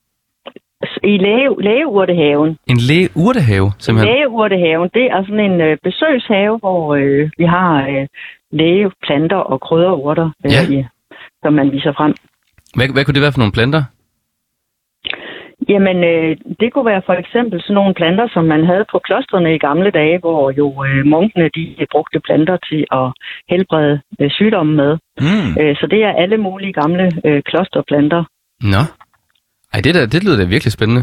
I læge, lægeurtehaven. En lægeurtehave, simpelthen? Lægeurtehaven, det er sådan en øh, besøgshave, hvor øh, vi har øh, lægeplanter og krydderurter, øh, ja. i, som man viser frem. Hvad, hvad kunne det være for nogle planter? Jamen, øh, det kunne være for eksempel sådan nogle planter, som man havde på klostrene i gamle dage, hvor jo øh, munkene, de brugte planter til at helbrede øh, sygdomme med. Mm. Øh, så det er alle mulige gamle øh, klosterplanter. Nå. Ej, det, der, det lyder da virkelig spændende.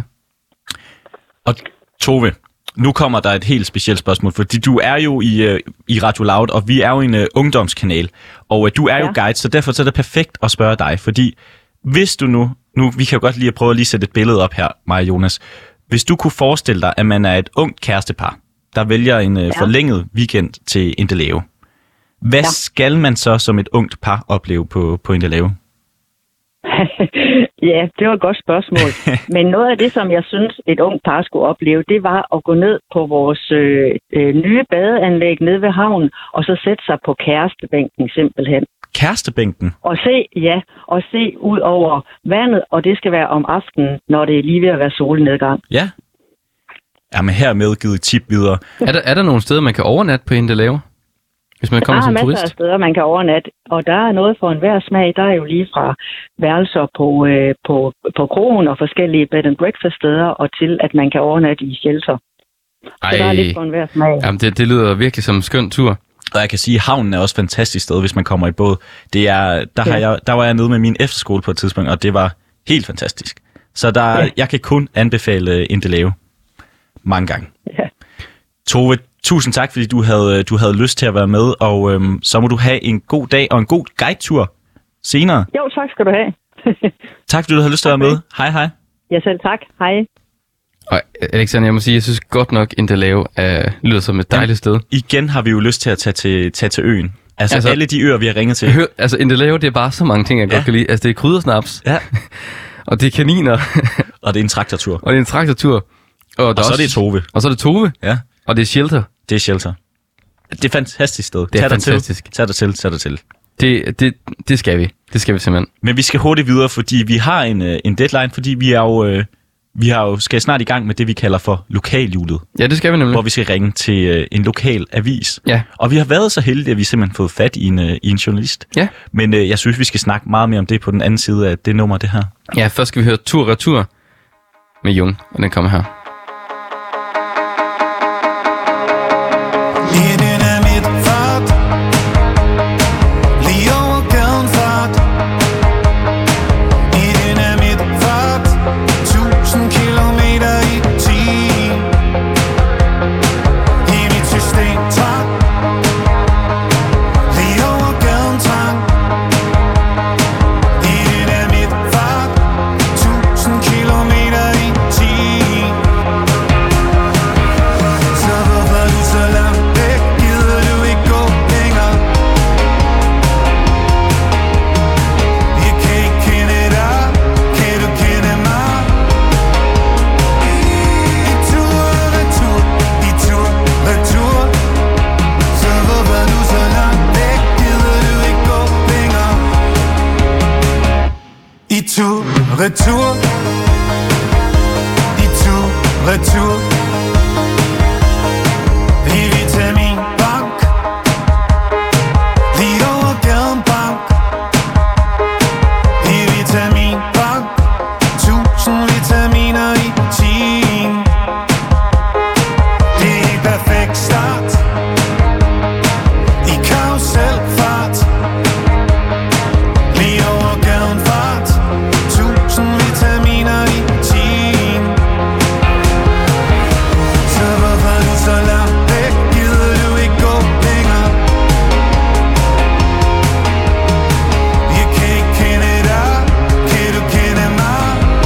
Og Tove, nu kommer der et helt specielt spørgsmål, fordi du er jo i, uh, i Radio Loud, og vi er jo en uh, ungdomskanal, og uh, du er ja. jo guide, så derfor så er det perfekt at spørge dig, fordi hvis du nu, nu, vi kan jo godt lige prøve at lige sætte et billede op her, mig og Jonas. Hvis du kunne forestille dig, at man er et ungt kærestepar, der vælger en uh, ja. forlænget weekend til Endelave, hvad ja. skal man så som et ungt par opleve på, på Endelave? Ja, det var et godt spørgsmål. Men noget af det, som jeg synes, et ungt par skulle opleve, det var at gå ned på vores øh, øh, nye badeanlæg nede ved havnen, og så sætte sig på kærestebænken simpelthen. Kærestebænken? Og se, ja, og se ud over vandet, og det skal være om aftenen, når det er lige ved at være solnedgang. Ja. Jamen hermed givet tip videre. Er der, er der nogle steder, man kan overnatte på Endelave? Hvis man kommer som turist? Der er masser af steder, man kan overnatte, og der er noget for enhver smag. Der er jo lige fra værelser på, øh, på, på krogen og forskellige bed and breakfast steder, og til at man kan overnatte i shelter. Ej. Så der er lidt for enhver smag. Jamen, det, det lyder virkelig som en skøn tur. Og jeg kan sige, at havnen er også et fantastisk sted, hvis man kommer i båd. Det er, der, har ja. jeg, der var jeg nede med min efterskole på et tidspunkt, og det var helt fantastisk. Så der, ja. jeg kan kun anbefale Endelave mange gange. Ja. Tove, tusind tak, fordi du havde, du havde lyst til at være med, og øhm, så må du have en god dag og en god guidetur senere. Jo, tak skal du have. Tak, fordi du havde lyst til at være med. Hej, hej. Ja, selv tak. Hej. Og Alexander, jeg må sige, jeg synes godt nok, Endelave uh, lyder som et dejligt sted. Igen har vi jo lyst til at tage til, tage til øen. Altså, altså alle de øer, vi har ringet til. Hør, altså Endelave, det er bare så mange ting, jeg ja. godt kan lide. Altså det er kryddersnaps, ja. og det er kaniner. Og det er en traktortur. Og det er en traktortur. Og, og så er det Tove. Og så er det Tove. Ja. Og det er shelter. Det er shelter. Det er et fantastisk sted. Det er tag fantastisk. Dig tag dig til, tag dig til. Det, det, det skal vi. Det skal vi simpelthen. Men vi skal hurtigt videre, fordi vi har en, en deadline, fordi vi er jo, øh, vi har jo skal snart i gang med det, vi kalder for lokalhjulet. Ja, det skal vi nemlig. Hvor vi skal ringe til øh, en lokal avis. Ja. Og vi har været så heldige, at vi simpelthen fået fat i en, øh, i en journalist. Ja. Men øh, jeg synes, vi skal snakke meget mere om det på den anden side af det nummer, det her. Ja, først skal vi høre Tur Retur med Jung, og den kommer her. I tur, retur. I tur, retur. I Vitaminbank. Lige over gaden bank. I Vitaminbank. Tusind vitaminer i timen. Det er en perfekt start. I karuselfart. Lige over gaden fart. Tusind vitaminer i timen. Så hvorfor er du så langt væk? Gider du ikke gå længere? Jeg kan ikke kende dig. Kan du kende mig?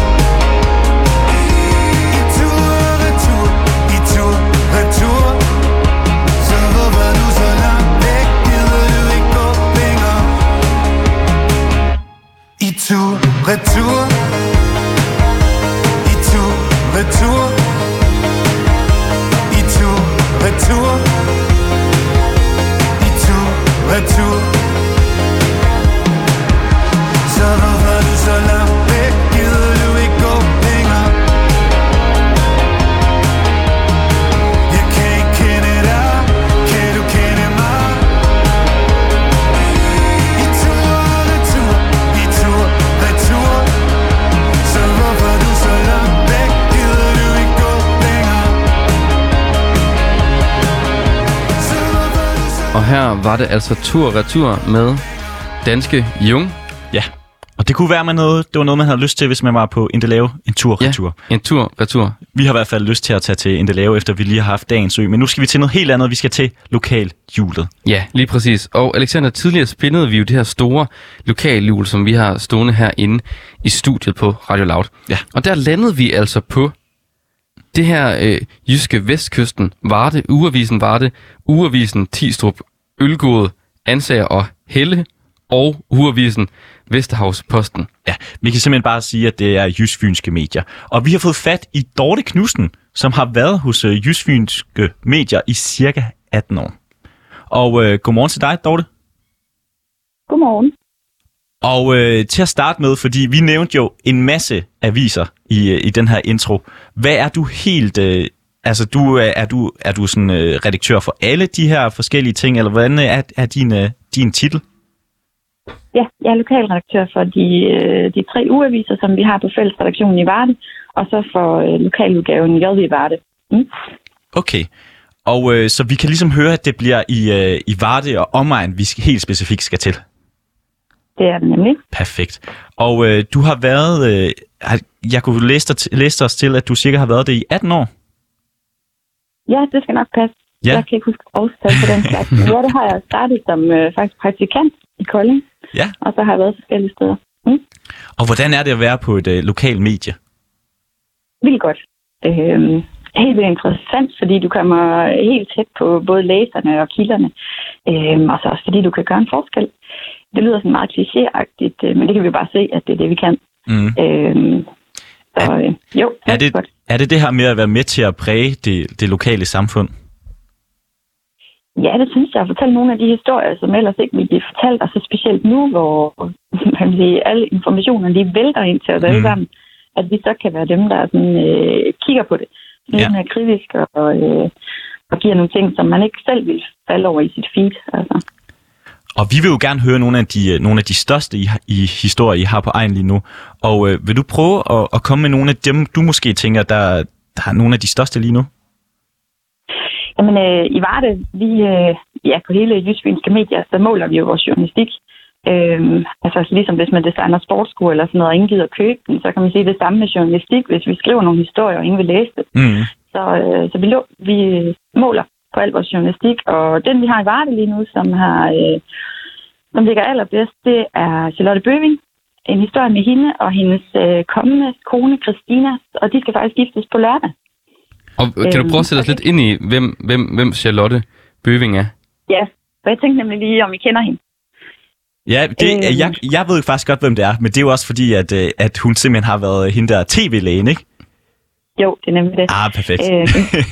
I tur og retur. I tur retur. Så hvorfor er du så langt væk? Gider du ikke gå længere? I tur retur. I tur retur. I tur retur. I tur retur. Så hvorfor er du så langt væk? Gider du ikke gå længere? Jeg kan ikke kende dig. Kan du kende mig? I tur retur. I tur retur. Så hvorfor er du så langt væk? Gider du ikke gå længere? Så hvorfor er du så Og her var det altså tur-retur med Danske Jung. Ja, og det kunne være med noget, det var noget, man havde lyst til, hvis man var på Endelave en tur-retur. Ja, en tur-retur. Vi har i hvert fald lyst til at tage til Endelave, efter vi lige har haft dagens ø. Men nu skal vi til noget helt andet. Vi skal til lokalhjulet. Ja, lige præcis. Og Alexander, tidligere spændede vi jo det her store lokalhjul, som vi har stående herinde i studiet på Radio Loud. Ja. Og der landede vi altså på det her øh, jyske vestkysten, Varde, Ugeavisen Varde, Ugeavisen Tistrup, Ølgod, Ansager og Helle og Ugeavisen Vesterhavsposten. Ja, vi kan simpelthen bare sige, at det er Jysfynske Medier. Og vi har fået fat i Dorte Knudsen, som har været hos øh, Jysfynske Medier i cirka atten år. Og øh, godmorgen til dig, Dorte. Godmorgen. Og øh, til at starte med, fordi vi nævnte jo en masse aviser i, øh, i den her intro. Hvad er du helt... Øh, altså, du, er, er du, er du sådan øh, redaktør for alle de her forskellige ting, eller hvordan er, er din, øh, din titel? Ja, jeg er lokalredaktør for de, øh, de tre ugeaviser, som vi har på fællesredaktionen i Varde, og så for øh, lokaludgaven J V Varde. Mm. Okay, og øh, så vi kan ligesom høre, at det bliver i, øh, i Varde og omegn, vi skal, helt specifikt skal til. Det er det nemlig. Perfekt. Og øh, du har været, øh, jeg kunne læse, dig, læse os til, at du cirka har været det i atten år. Ja, det skal nok passe. Ja. Jeg kan ikke huske årstal på den slags. Ja, det har jeg startet som øh, faktisk praktikant i Kolding, Ja. og så har jeg været forskellige steder. Mm. Og hvordan er det at være på et øh, lokalt medie? Vildt godt. Øh, helt vildt interessant, fordi du kommer helt tæt på både læserne og kilderne, øh, og så også fordi du kan gøre en forskel. Det lyder sådan meget klichéagtigt, øh, men det kan vi bare se, at det er det, vi kan. Mm. Øh, så øh, jo, Er det, godt. er det det her med at være med til at præge det, det lokale samfund? Ja, det synes jeg. At fortælle nogle af de historier, som ellers ikke vil blive fortalt, og så specielt nu, hvor man vil sige, alle informationerne de vælter ind til os alle Mm. sammen, at vi så kan være dem, der sådan, øh, kigger på det. Lidt Ja. mere kritisk og, øh, og giver nogle ting, som man ikke selv vil falde over i sit feed. Altså. Og vi vil jo gerne høre nogle af de, nogle af de største i, i historier, I har på egen lige nu. Og øh, vil du prøve at, at komme med nogle af dem, du måske tænker, der, der er nogle af de største lige nu? Jamen, øh, i Varde, vi, øh, ja, på hele Jysfynske Medier, så måler vi jo vores journalistik. Øhm, altså ligesom hvis man designer sportssko eller sådan noget, og ingen gider købe den, så kan man sige det samme med journalistik. Hvis vi skriver nogle historier, og ingen vil læse det, Mm. så, øh, så vi, lo- vi måler på al vores journalistik. Og den, vi har i Varde lige nu, som, har, øh, som ligger allerbedst, det er Charlotte Bøving. En historie med hende og hendes øh, kommende kone, Christina, og de skal faktisk giftes på lørdag. Og kan du prøve at sætte os okay. lidt ind i, hvem, hvem, hvem Charlotte Bøving er? Ja, for jeg tænkte nemlig lige, om I kender hende. Ja, det, Øhm. jeg, jeg ved faktisk godt, hvem det er, men det er jo også fordi, at, øh, at hun simpelthen har været hende der tv-lægen, ikke? Jo, det er nemlig det. Ah, perfekt. Øh,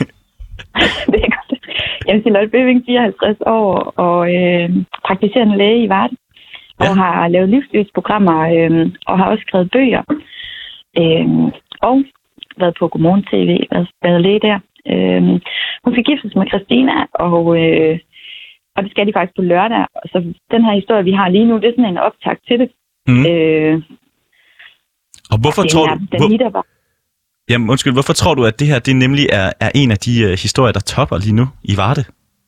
det er godt. Jeg vil sige, Lotte Bøving, fireoghalvtreds år og øh, praktiserende læge i Varde. og Ja. har lavet livsløbsprogrammer, øh, og har også skrevet bøger. Øh, og været på Godmorgen T V, været, været læge der. Øh, hun fik giftes med Christina, og, øh, og det skal de faktisk på lørdag. Så den her historie, vi har lige nu, det er sådan en optakt til det. Mm. Øh, Og hvorfor den tror er, du... den Hvor, hitter bare. jamen, undskyld, hvorfor tror du, at det her det nemlig er, er en af de uh, historier, der topper lige nu i Varde?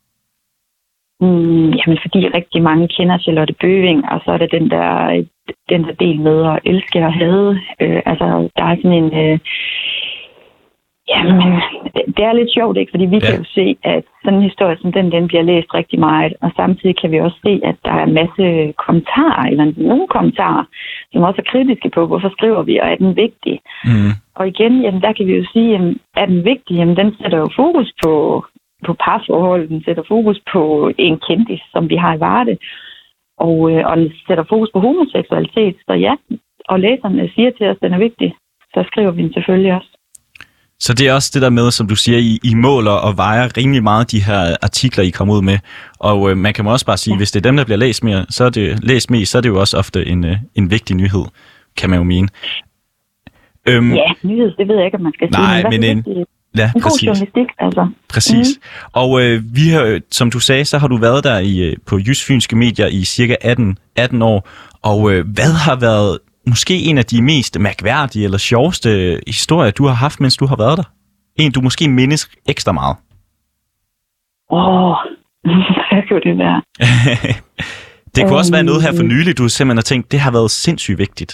Mm, jamen, fordi rigtig mange kender Charlotte Bøving, og så er der den der, den der del med at elske og hade. Øh, altså, der er sådan en... Øh, jamen, det, det er lidt sjovt, ikke? Fordi vi ja. kan jo se, at sådan en historie som den, den bliver læst rigtig meget. Og samtidig kan vi også se, at der er en masse kommentarer, eller nogle kommentarer, som også er kritiske på, hvorfor skriver vi, og er den vigtig? Mm. Og igen, jamen, der kan vi jo sige, jamen, er den vigtig? Jamen, den sætter jo fokus på... på parforhold, den sætter fokus på en kendis, som vi har i Varde, og, øh, og den sætter fokus på homoseksualitet. Så ja, og læserne siger til os, at den er vigtig, så skriver vi den selvfølgelig også. Så det er også det der med, som du siger, I, I måler og vejer rimelig meget de her artikler, I kommer ud med. Og øh, man kan også bare sige, ja. hvis det er dem, der bliver læst mere, så er det læst mest, så er det jo også ofte en, øh, en vigtig nyhed, kan man jo mene. Øhm, ja, nyhed, det ved jeg ikke, om man skal sige. Nej, men, men en... Vigtigt? Ja, en god præcis. journalistik, altså. Præcis. Mm. Og øh, vi har, som du sagde, så har du været der i, på Jysk Fynske Medier i cirka atten, atten år. Og øh, hvad har været måske en af de mest mærkværdige eller sjoveste historier, du har haft, mens du har været der? En, du måske mindes ekstra meget? Åh, oh, hvad kunne det være? Det kunne um, også være noget her for nylig, du simpelthen har tænkt, det har været sindssygt vigtigt.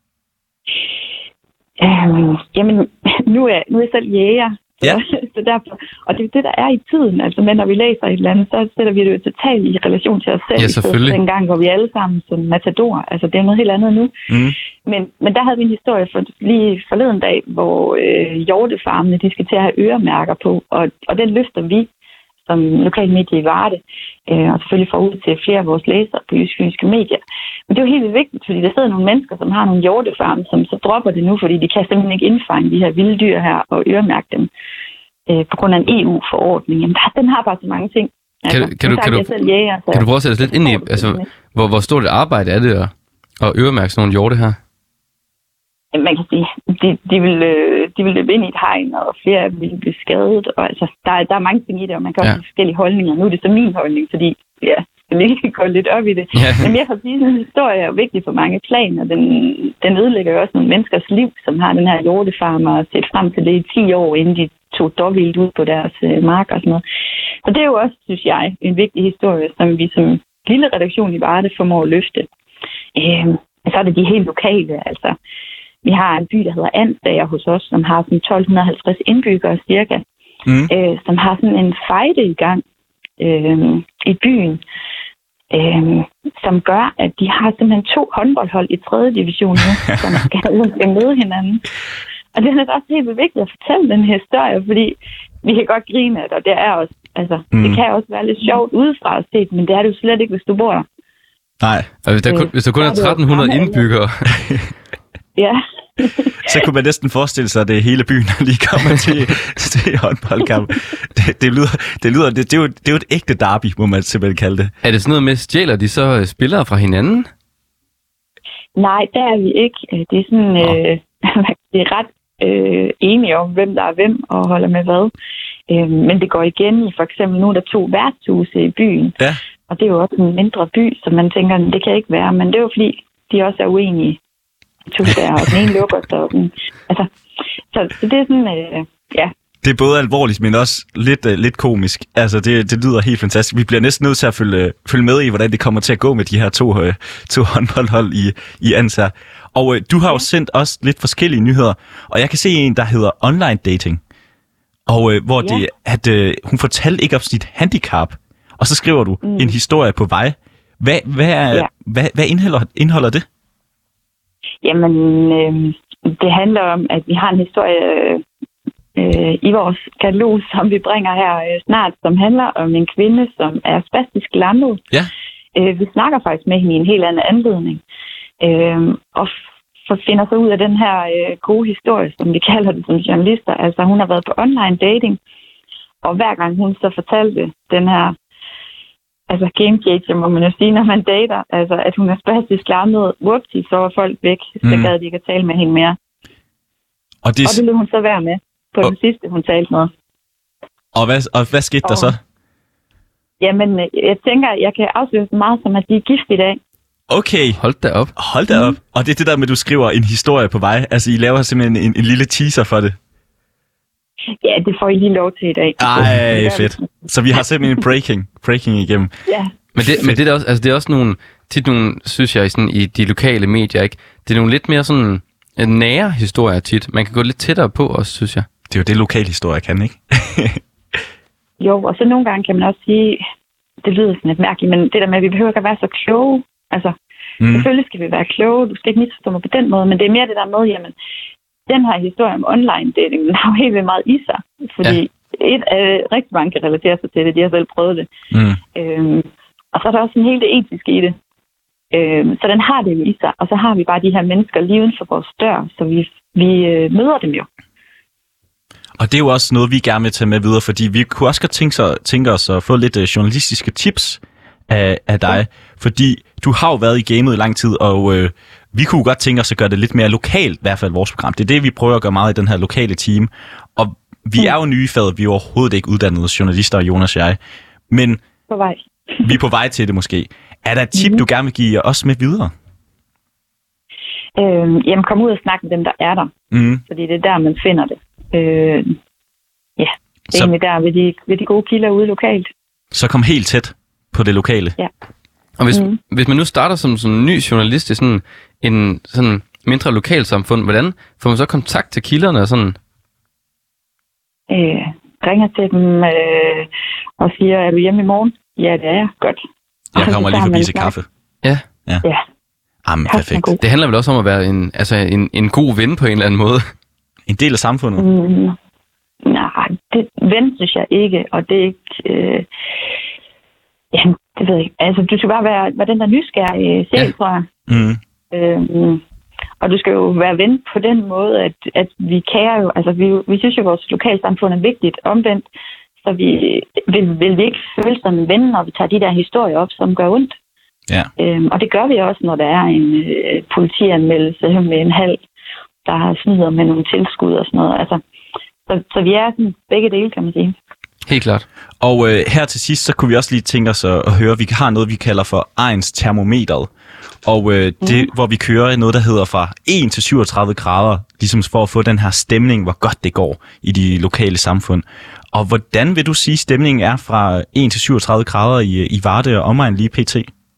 Um, jamen, nu er, nu er jeg selv jæger. Ja. Så derfor, og det er det, der er i tiden. Altså, men når vi læser et eller andet, så sætter vi det jo totalt i relation til os selv. Ja, selvfølgelig. Den gang, hvor vi alle sammen som matador. Altså, det er noget helt andet nu. Mm. Men, men der havde vi en historie for, lige forleden dag, hvor øh, hjortefarmene, de skal til at have øremærker på. Og, og den løfter vi som lokalmedie i Varde. Øh, og selvfølgelig får ud til flere af vores læsere på Jysk Fynske Medier. Men det er jo helt vildt vigtigt, fordi der sidder nogle mennesker, som har nogle hjortefarme, som så dropper det nu, fordi de kan simpelthen ikke indfange de her vilde dyr her og øremærke dem øh, på grund af en E U-forordning. Jamen, der, den har bare så mange ting. Altså, Kan, kan, du, kan, du, jæger, kan du prøve at sætte os lidt ind i, altså, hvor, hvor stort et arbejde er det at, at øremærke sådan nogle hjorte her? Man kan sige, de, de, vil, de vil løbe ind i et hegn, og flere af dem vil blive skadet. Og altså, der, er, der er mange ting i det, og man kan også ja. have forskellige holdninger. Nu er det så min holdning, fordi ja, jeg vil ikke gå lidt op i det. Ja. Men jeg kan sige, at sådan en historie er jo vigtig for mange planer. Den, den ødelægger jo også nogle menneskers liv, som har den her hjortefarm og set frem til det i ti år, inden de tog dårvildt ud på deres øh, mark og sådan noget. Så det er jo også, synes jeg, en vigtig historie, som vi som lille redaktion i Varde formår at løfte. Øh, så er det de helt lokale, altså. Vi har en by, der hedder Ansdager hos os, som har sådan tolv halvtreds indbyggere cirka, mm. øh, som har sådan en fejde i gang øh, i byen, øh, som gør, at de har simpelthen to håndboldhold i tredje division nu, som skal møde hinanden. Og det er også helt vigtigt at fortælle den her historie, fordi vi kan godt grine af det, og det er også, altså, mm. det kan også være lidt sjovt udefra set, men det er det jo slet ikke, hvis du bor der. Nej. Og hvis der, kun, hvis der kun er tretten hundrede indbyggere... Ja. Så kunne man næsten forestille sig, at det er hele byen, der lige kommer til, til håndboldkamp. Det, det, lyder, det, lyder, det, det, er jo, det er jo et ægte derby, må man simpelthen kalde det. Er det sådan noget med, stjæler de så spillere fra hinanden? Nej, det er vi ikke. Det er sådan, øh, det er ret øh, enige om, hvem der er hvem og holder med hvad. Øh, men det går igen i for eksempel nu, der to værtshuse i byen. Ja. Og det er jo også en mindre by, så man tænker, det kan ikke være. Men det er jo fordi, de også er uenige. To der, og den ene lukker sig. Den, altså, så, så det er sådan, øh, ja. Det er både alvorligt, men også lidt, uh, lidt komisk. Altså, det, det lyder helt fantastisk. Vi bliver næsten nødt til at følge, følge med i, hvordan det kommer til at gå med de her to, uh, to håndboldhold i, i Ansar. Og uh, du har jo sendt også lidt forskellige nyheder, og jeg kan se en, der hedder online dating. Og uh, hvor ja. det, at uh, hun fortalte ikke om sit handicap, og så skriver du mm. en historie på vej. Hvad, hvad, er, ja. hvad, hvad indeholder, indeholder det? Jamen, øh, det handler om, at vi har en historie øh, i vores katalog, som vi bringer her øh, snart, som handler om en kvinde, som er spastisk lammet. Ja. Øh, vi snakker faktisk med hende i en helt anden anledning. Øh, og f- finder så ud af den her øh, gode historie, som vi kalder det som journalister. Altså, hun har været på online dating, og hver gang hun så fortalte den her altså game changer, må man jo sige, når man dater. Altså, at hun er spastisk larmet. Whoopsie, så var folk væk. Så Mm. gad de ikke at tale med hende mere. Og, det, Og det lød hun så være med på Og- den sidste, hun talte med. og, hvad, og hvad skete der Og- så? Jamen, øh, jeg tænker, jeg kan afsløre så meget som, at de er gift i dag. Okay, Hold da op. hold da op. Og det er det der med, at du skriver en historie på vej. Altså, I laver simpelthen en, en lille teaser for det. Ja, det får I lige lov til i dag. Ej, fedt. Så vi har simpelthen en breaking, breaking igennem. Ja. Men det, men det er da også, altså det er også nogle, tit nogle, synes jeg, sådan, i de lokale medier, ikke? Det er nogle lidt mere sådan øh, nære historier tit. Man kan gå lidt tættere på også, synes jeg. Det er jo det, lokalhistorie kan, ikke? Jo, og så nogle gange kan man også sige, det lyder sådan lidt mærkeligt, men det der med, at vi behøver ikke at være så kloge. Altså, Mm. selvfølgelig skal vi være kloge, du skal ikke misforstå mig på den måde, men det er mere det der med, jamen, den her historie om online dating, den har jo helt vildt meget i sig. Fordi ja. et af rigtig mange kan relatere sig til det, de har selv prøvet det. Mm. Øhm, og så er der også en helt det etiske i det. Øhm, så den har det jo i sig, og så har vi bare de her mennesker lige uden for vores dør, så vi, vi øh, møder dem jo. Og det er jo også noget, vi gerne vil tage med videre, fordi vi kunne også godt tænke, sig, tænke os at få lidt uh, journalistiske tips af, af dig. Ja. Fordi du har jo været i gamet i lang tid, og øh, vi kunne godt tænke os at gøre det lidt mere lokalt, i hvert fald vores program. Det er det, vi prøver at gøre meget i den her lokale team. Og vi mm. er jo nye i faget, vi er overhovedet ikke uddannede journalister, Jonas og jeg. Men På vej. vi er på vej til det måske. Er der et tip, mm. du gerne vil give os med videre? Øhm, jamen, kom ud og snak med dem, der er der. Mm. Fordi det er der, man finder det. Øh, ja, det er Så- egentlig der ved de, ved de gode kilder ude lokalt. Så kom helt tæt på det lokale. Ja. Og hvis, Mhm. mm. hvis man nu starter som sådan en ny journalist i sådan en sådan mindre lokalsamfund, hvordan får man så kontakt til kilderne og sådan? Øh, ringer til dem øh, og siger, er du hjemme i morgen? Ja, det er jeg. Godt. Jeg Og så kommer lige tager forbi man til snak. kaffe. Ja. Ja, Jamen, kaffe er perfekt. god. Det handler vel også om at være en, altså en, en god ven på en eller anden måde. En del af samfundet. Mm, nej, det ven synes jeg ikke, og det er ikke... Øh, jamen, det ved jeg ikke. Altså, du skal bare være, være den der nysgerrige sjæl, Ja. tror jeg. Mm. Øhm, og du skal jo være ven på den måde, at, at vi kærer jo, altså vi, vi synes jo, at vores lokalsamfund er vigtigt omvendt, så vi vil, vil vi ikke føle som en ven, når vi tager de der historier op, som gør ondt. Ja. Øhm, og det gør vi også, når der er en øh, politianmeldelse med en halv, der har snyder med nogle tilskud og sådan noget. Altså, så, så vi er sådan begge dele, kan man sige. Helt klart. Og øh, her til sidst, så kunne vi også lige tænke os at, at høre, vi har noget, vi kalder for Ejens termometeret. Og øh, det, mm. hvor vi kører noget, der hedder fra en til syvogtredive grader, ligesom for at få den her stemning, hvor godt det går i de lokale samfund. Og hvordan vil du sige, stemningen er fra en til syvogtredive grader i, i Varde og omegn lige pt?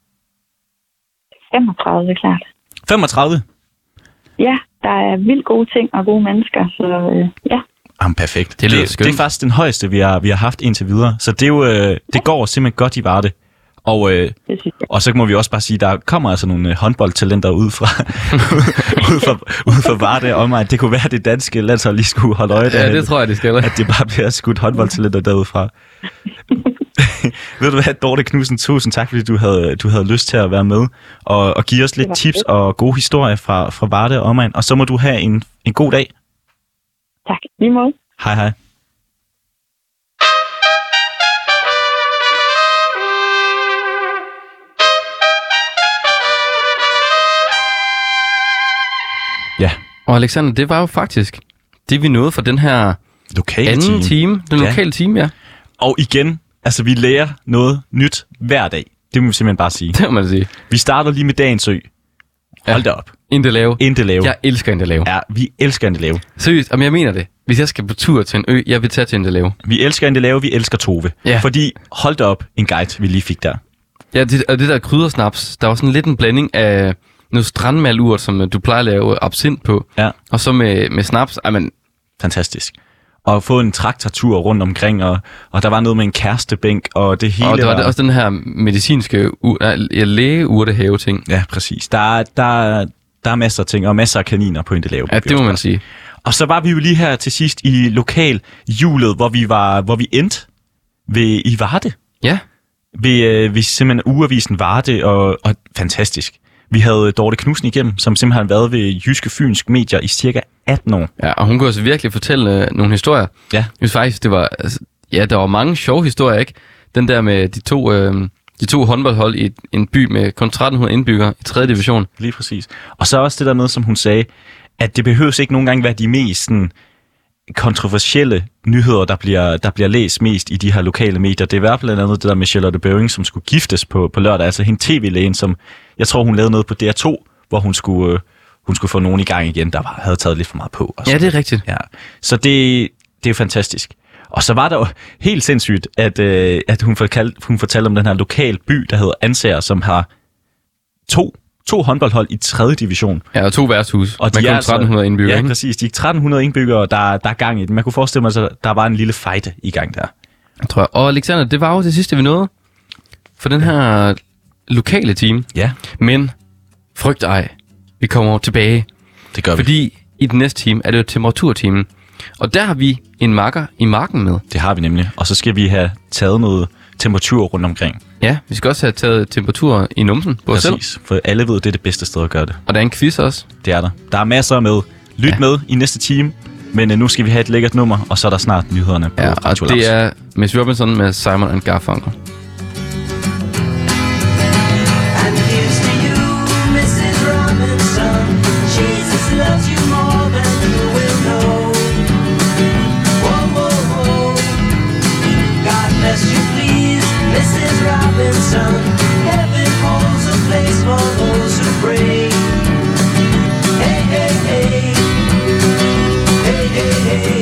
femogtredive, klart. femogtredive? Ja, der er vildt gode ting og gode mennesker, så øh, ja. Jamen, perfekt. Det lyder det, skønt. det er faktisk den højeste, vi har, vi har haft indtil videre. Så det, er jo, øh, det går simpelthen godt i Varde. Og, øh, Det synes jeg. og så må vi også bare sige, der kommer altså nogle øh, håndboldtalenter ud fra, ud fra, ud fra Varde og omegn. Det kunne være, at det danske landshold lige skulle holde øje Ja, derhen, det tror jeg, det skal. at det bare bliver skudt håndboldtalenter derudfra. Ved du hvad, Dorte Knudsen, tusind tak, fordi du havde, du havde lyst til at være med og, og give os lidt var tips fedt. og gode historier fra, fra Varde og omegn. Og så må du have en, en god dag. Tak. Lige måde. Hej hej. Ja, Og Alexander, det var jo faktisk det, vi nåede for den her lokale anden team. time. Den Ja. lokale time, ja. Og igen, altså vi lærer noget nyt hver dag. Det må vi simpelthen bare sige. Det må man sige. Vi starter lige med dagens ø. Hold da op. Intet lave. Intet lave. Jeg elsker Intet lave. Ja, vi elsker Intet lave. Seriøst, om jeg mener det. Hvis jeg skal på tur til en ø, jeg vil tage til Intet lave. Vi elsker Intet lave, vi elsker Tove. Ja. Fordi, hold da op, en guide, vi lige fik der. Ja, det, og det der kryddersnaps, der var sådan lidt en blanding af noget strandmalurt, som øh, du plejer at lave absint på. Ja. Og så med, med snaps. Ej, men, Fantastisk. Og få en traktortur rundt omkring, og, og der var noget med en kærestebænk, og det hele og der var det også den her medicinske u- nej, lægeurtehave-ting. Ja, præcis. Der, er- der, er- der er masser af ting, og masser af kaniner på Intet lave. Ja, det må man sige. Og så var vi jo lige her til sidst i lokal julet, hvor vi var, hvor vi endte ved i Varde. Ja. Ved, øh, ved simpelthen ugeavisen Varde, og, og fantastisk. Vi havde Dorte Knudsen igennem, som simpelthen har været ved Jyske Fynsk Medier i cirka atten år. Ja, og hun kunne også virkelig fortælle øh, nogle historier. Ja. Jeg synes faktisk, det var... Altså, ja, der var mange sjove historier, ikke? Den der med de to, øh, de to håndboldhold i en by med kun tretten hundrede indbyggere i tredje division. Lige præcis. Og så også det der med, som hun sagde, at det behøves ikke nogen gange være de mest sådan, kontroversielle nyheder, der bliver, der bliver læst mest i de her lokale medier. Det var blandt andet det der med Charlotte Bøving, som skulle giftes på, på lørdag. Altså hende tv-lægen, som jeg tror, hun lavede noget på D R to, hvor hun skulle, øh, hun skulle få nogen i gang igen, der var, havde taget lidt for meget på. Og ja, det er rigtigt. Ja. Så det, det er fantastisk. Og så var der jo helt sindssygt, at, øh, at hun, fortalte, hun fortalte om den her lokal by, der hedder Ansager, som har to To håndboldhold i tredje division. Ja, og to værtshus. Og de med kun tretten hundrede indbyggere, ja, ikke? præcis. De er tretten hundrede indbyggere, der, der er gang i det. Man kunne forestille mig, at der var en lille fejde i gang der. Jeg tror, og Alexander, det var jo det sidste, vi nåede. For den her lokale team. Ja. Men frygt ej, vi kommer tilbage. Det gør vi. Fordi i den næste team er det jo temperaturteamen. Og der har vi en makker i marken med. Det har vi nemlig. Og så skal vi have taget noget temperatur rundt omkring. Ja, vi skal også have taget temperatur i numsen på os selv. Præcis, for alle ved, det er det bedste sted at gøre det. Og der er en quiz også. Det er der. Der er masser med. Lyt ja. med i næste time. Men uh, nu skal vi have et lækkert nummer, og så er der snart nyhederne på ja, Radio og det er Miss Robinson med Simon and Garfunkel. Heaven holds a place for those who pray. Hey, hey, hey. Hey, hey, hey.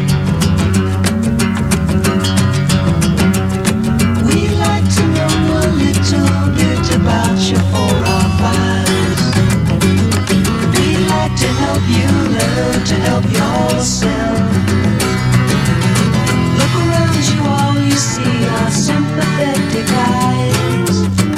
We like to know a little bit about you for our files. We like to help you learn to help yourself. Look around you, all you see are sympathetic eyes.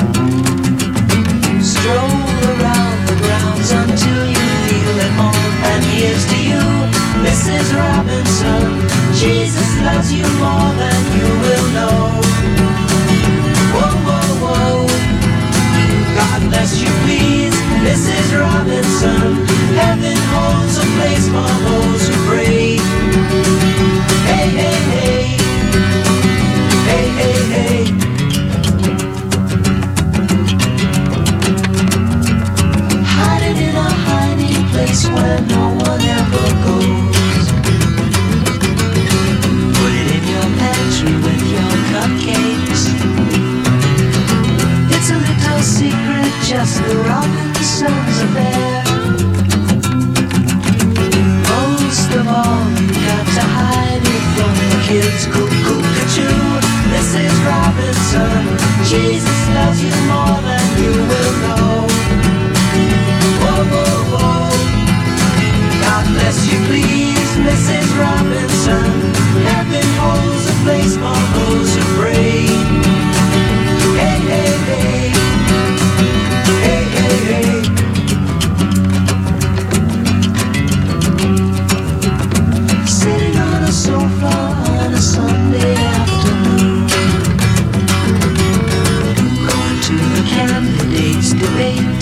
Stroll around the grounds until you feel at home. And here's to you, Missus Robinson. Jesus loves you more than you will know. Whoa, whoa, whoa. God bless you, please, Missus Robinson. Heaven holds a place for those who pray. Hey, hey, hey. Hey, hey, hey. Hiding in a hiding place where no one ever goes. Put it in your pantry with your cupcakes. It's a little secret, just the Robinsons affair. Most of all, you got to hide it from the kids. Cuckoo-ca-choo, Missus Robinson. Jesus loves you more than you will know. Whoa, whoa, whoa. God bless you, please, Missus Robinson. Heaven holds a place for those who pray. Hey, hey, hey. Hey, hey, hey. Sitting on a sofa on a Sunday afternoon, going to the candidates' debate.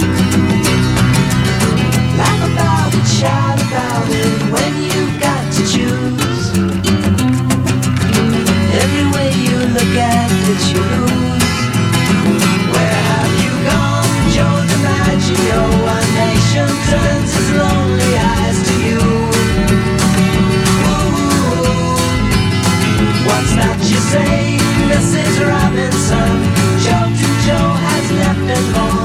Laugh about it, shout about it when you've got to choose. Every way you look at it, you lose. Where have you gone, Joe DiMaggio? A nation turns its lonely eyes to you. What's that you say, Missus Robinson? Joe to Joe has left and gone.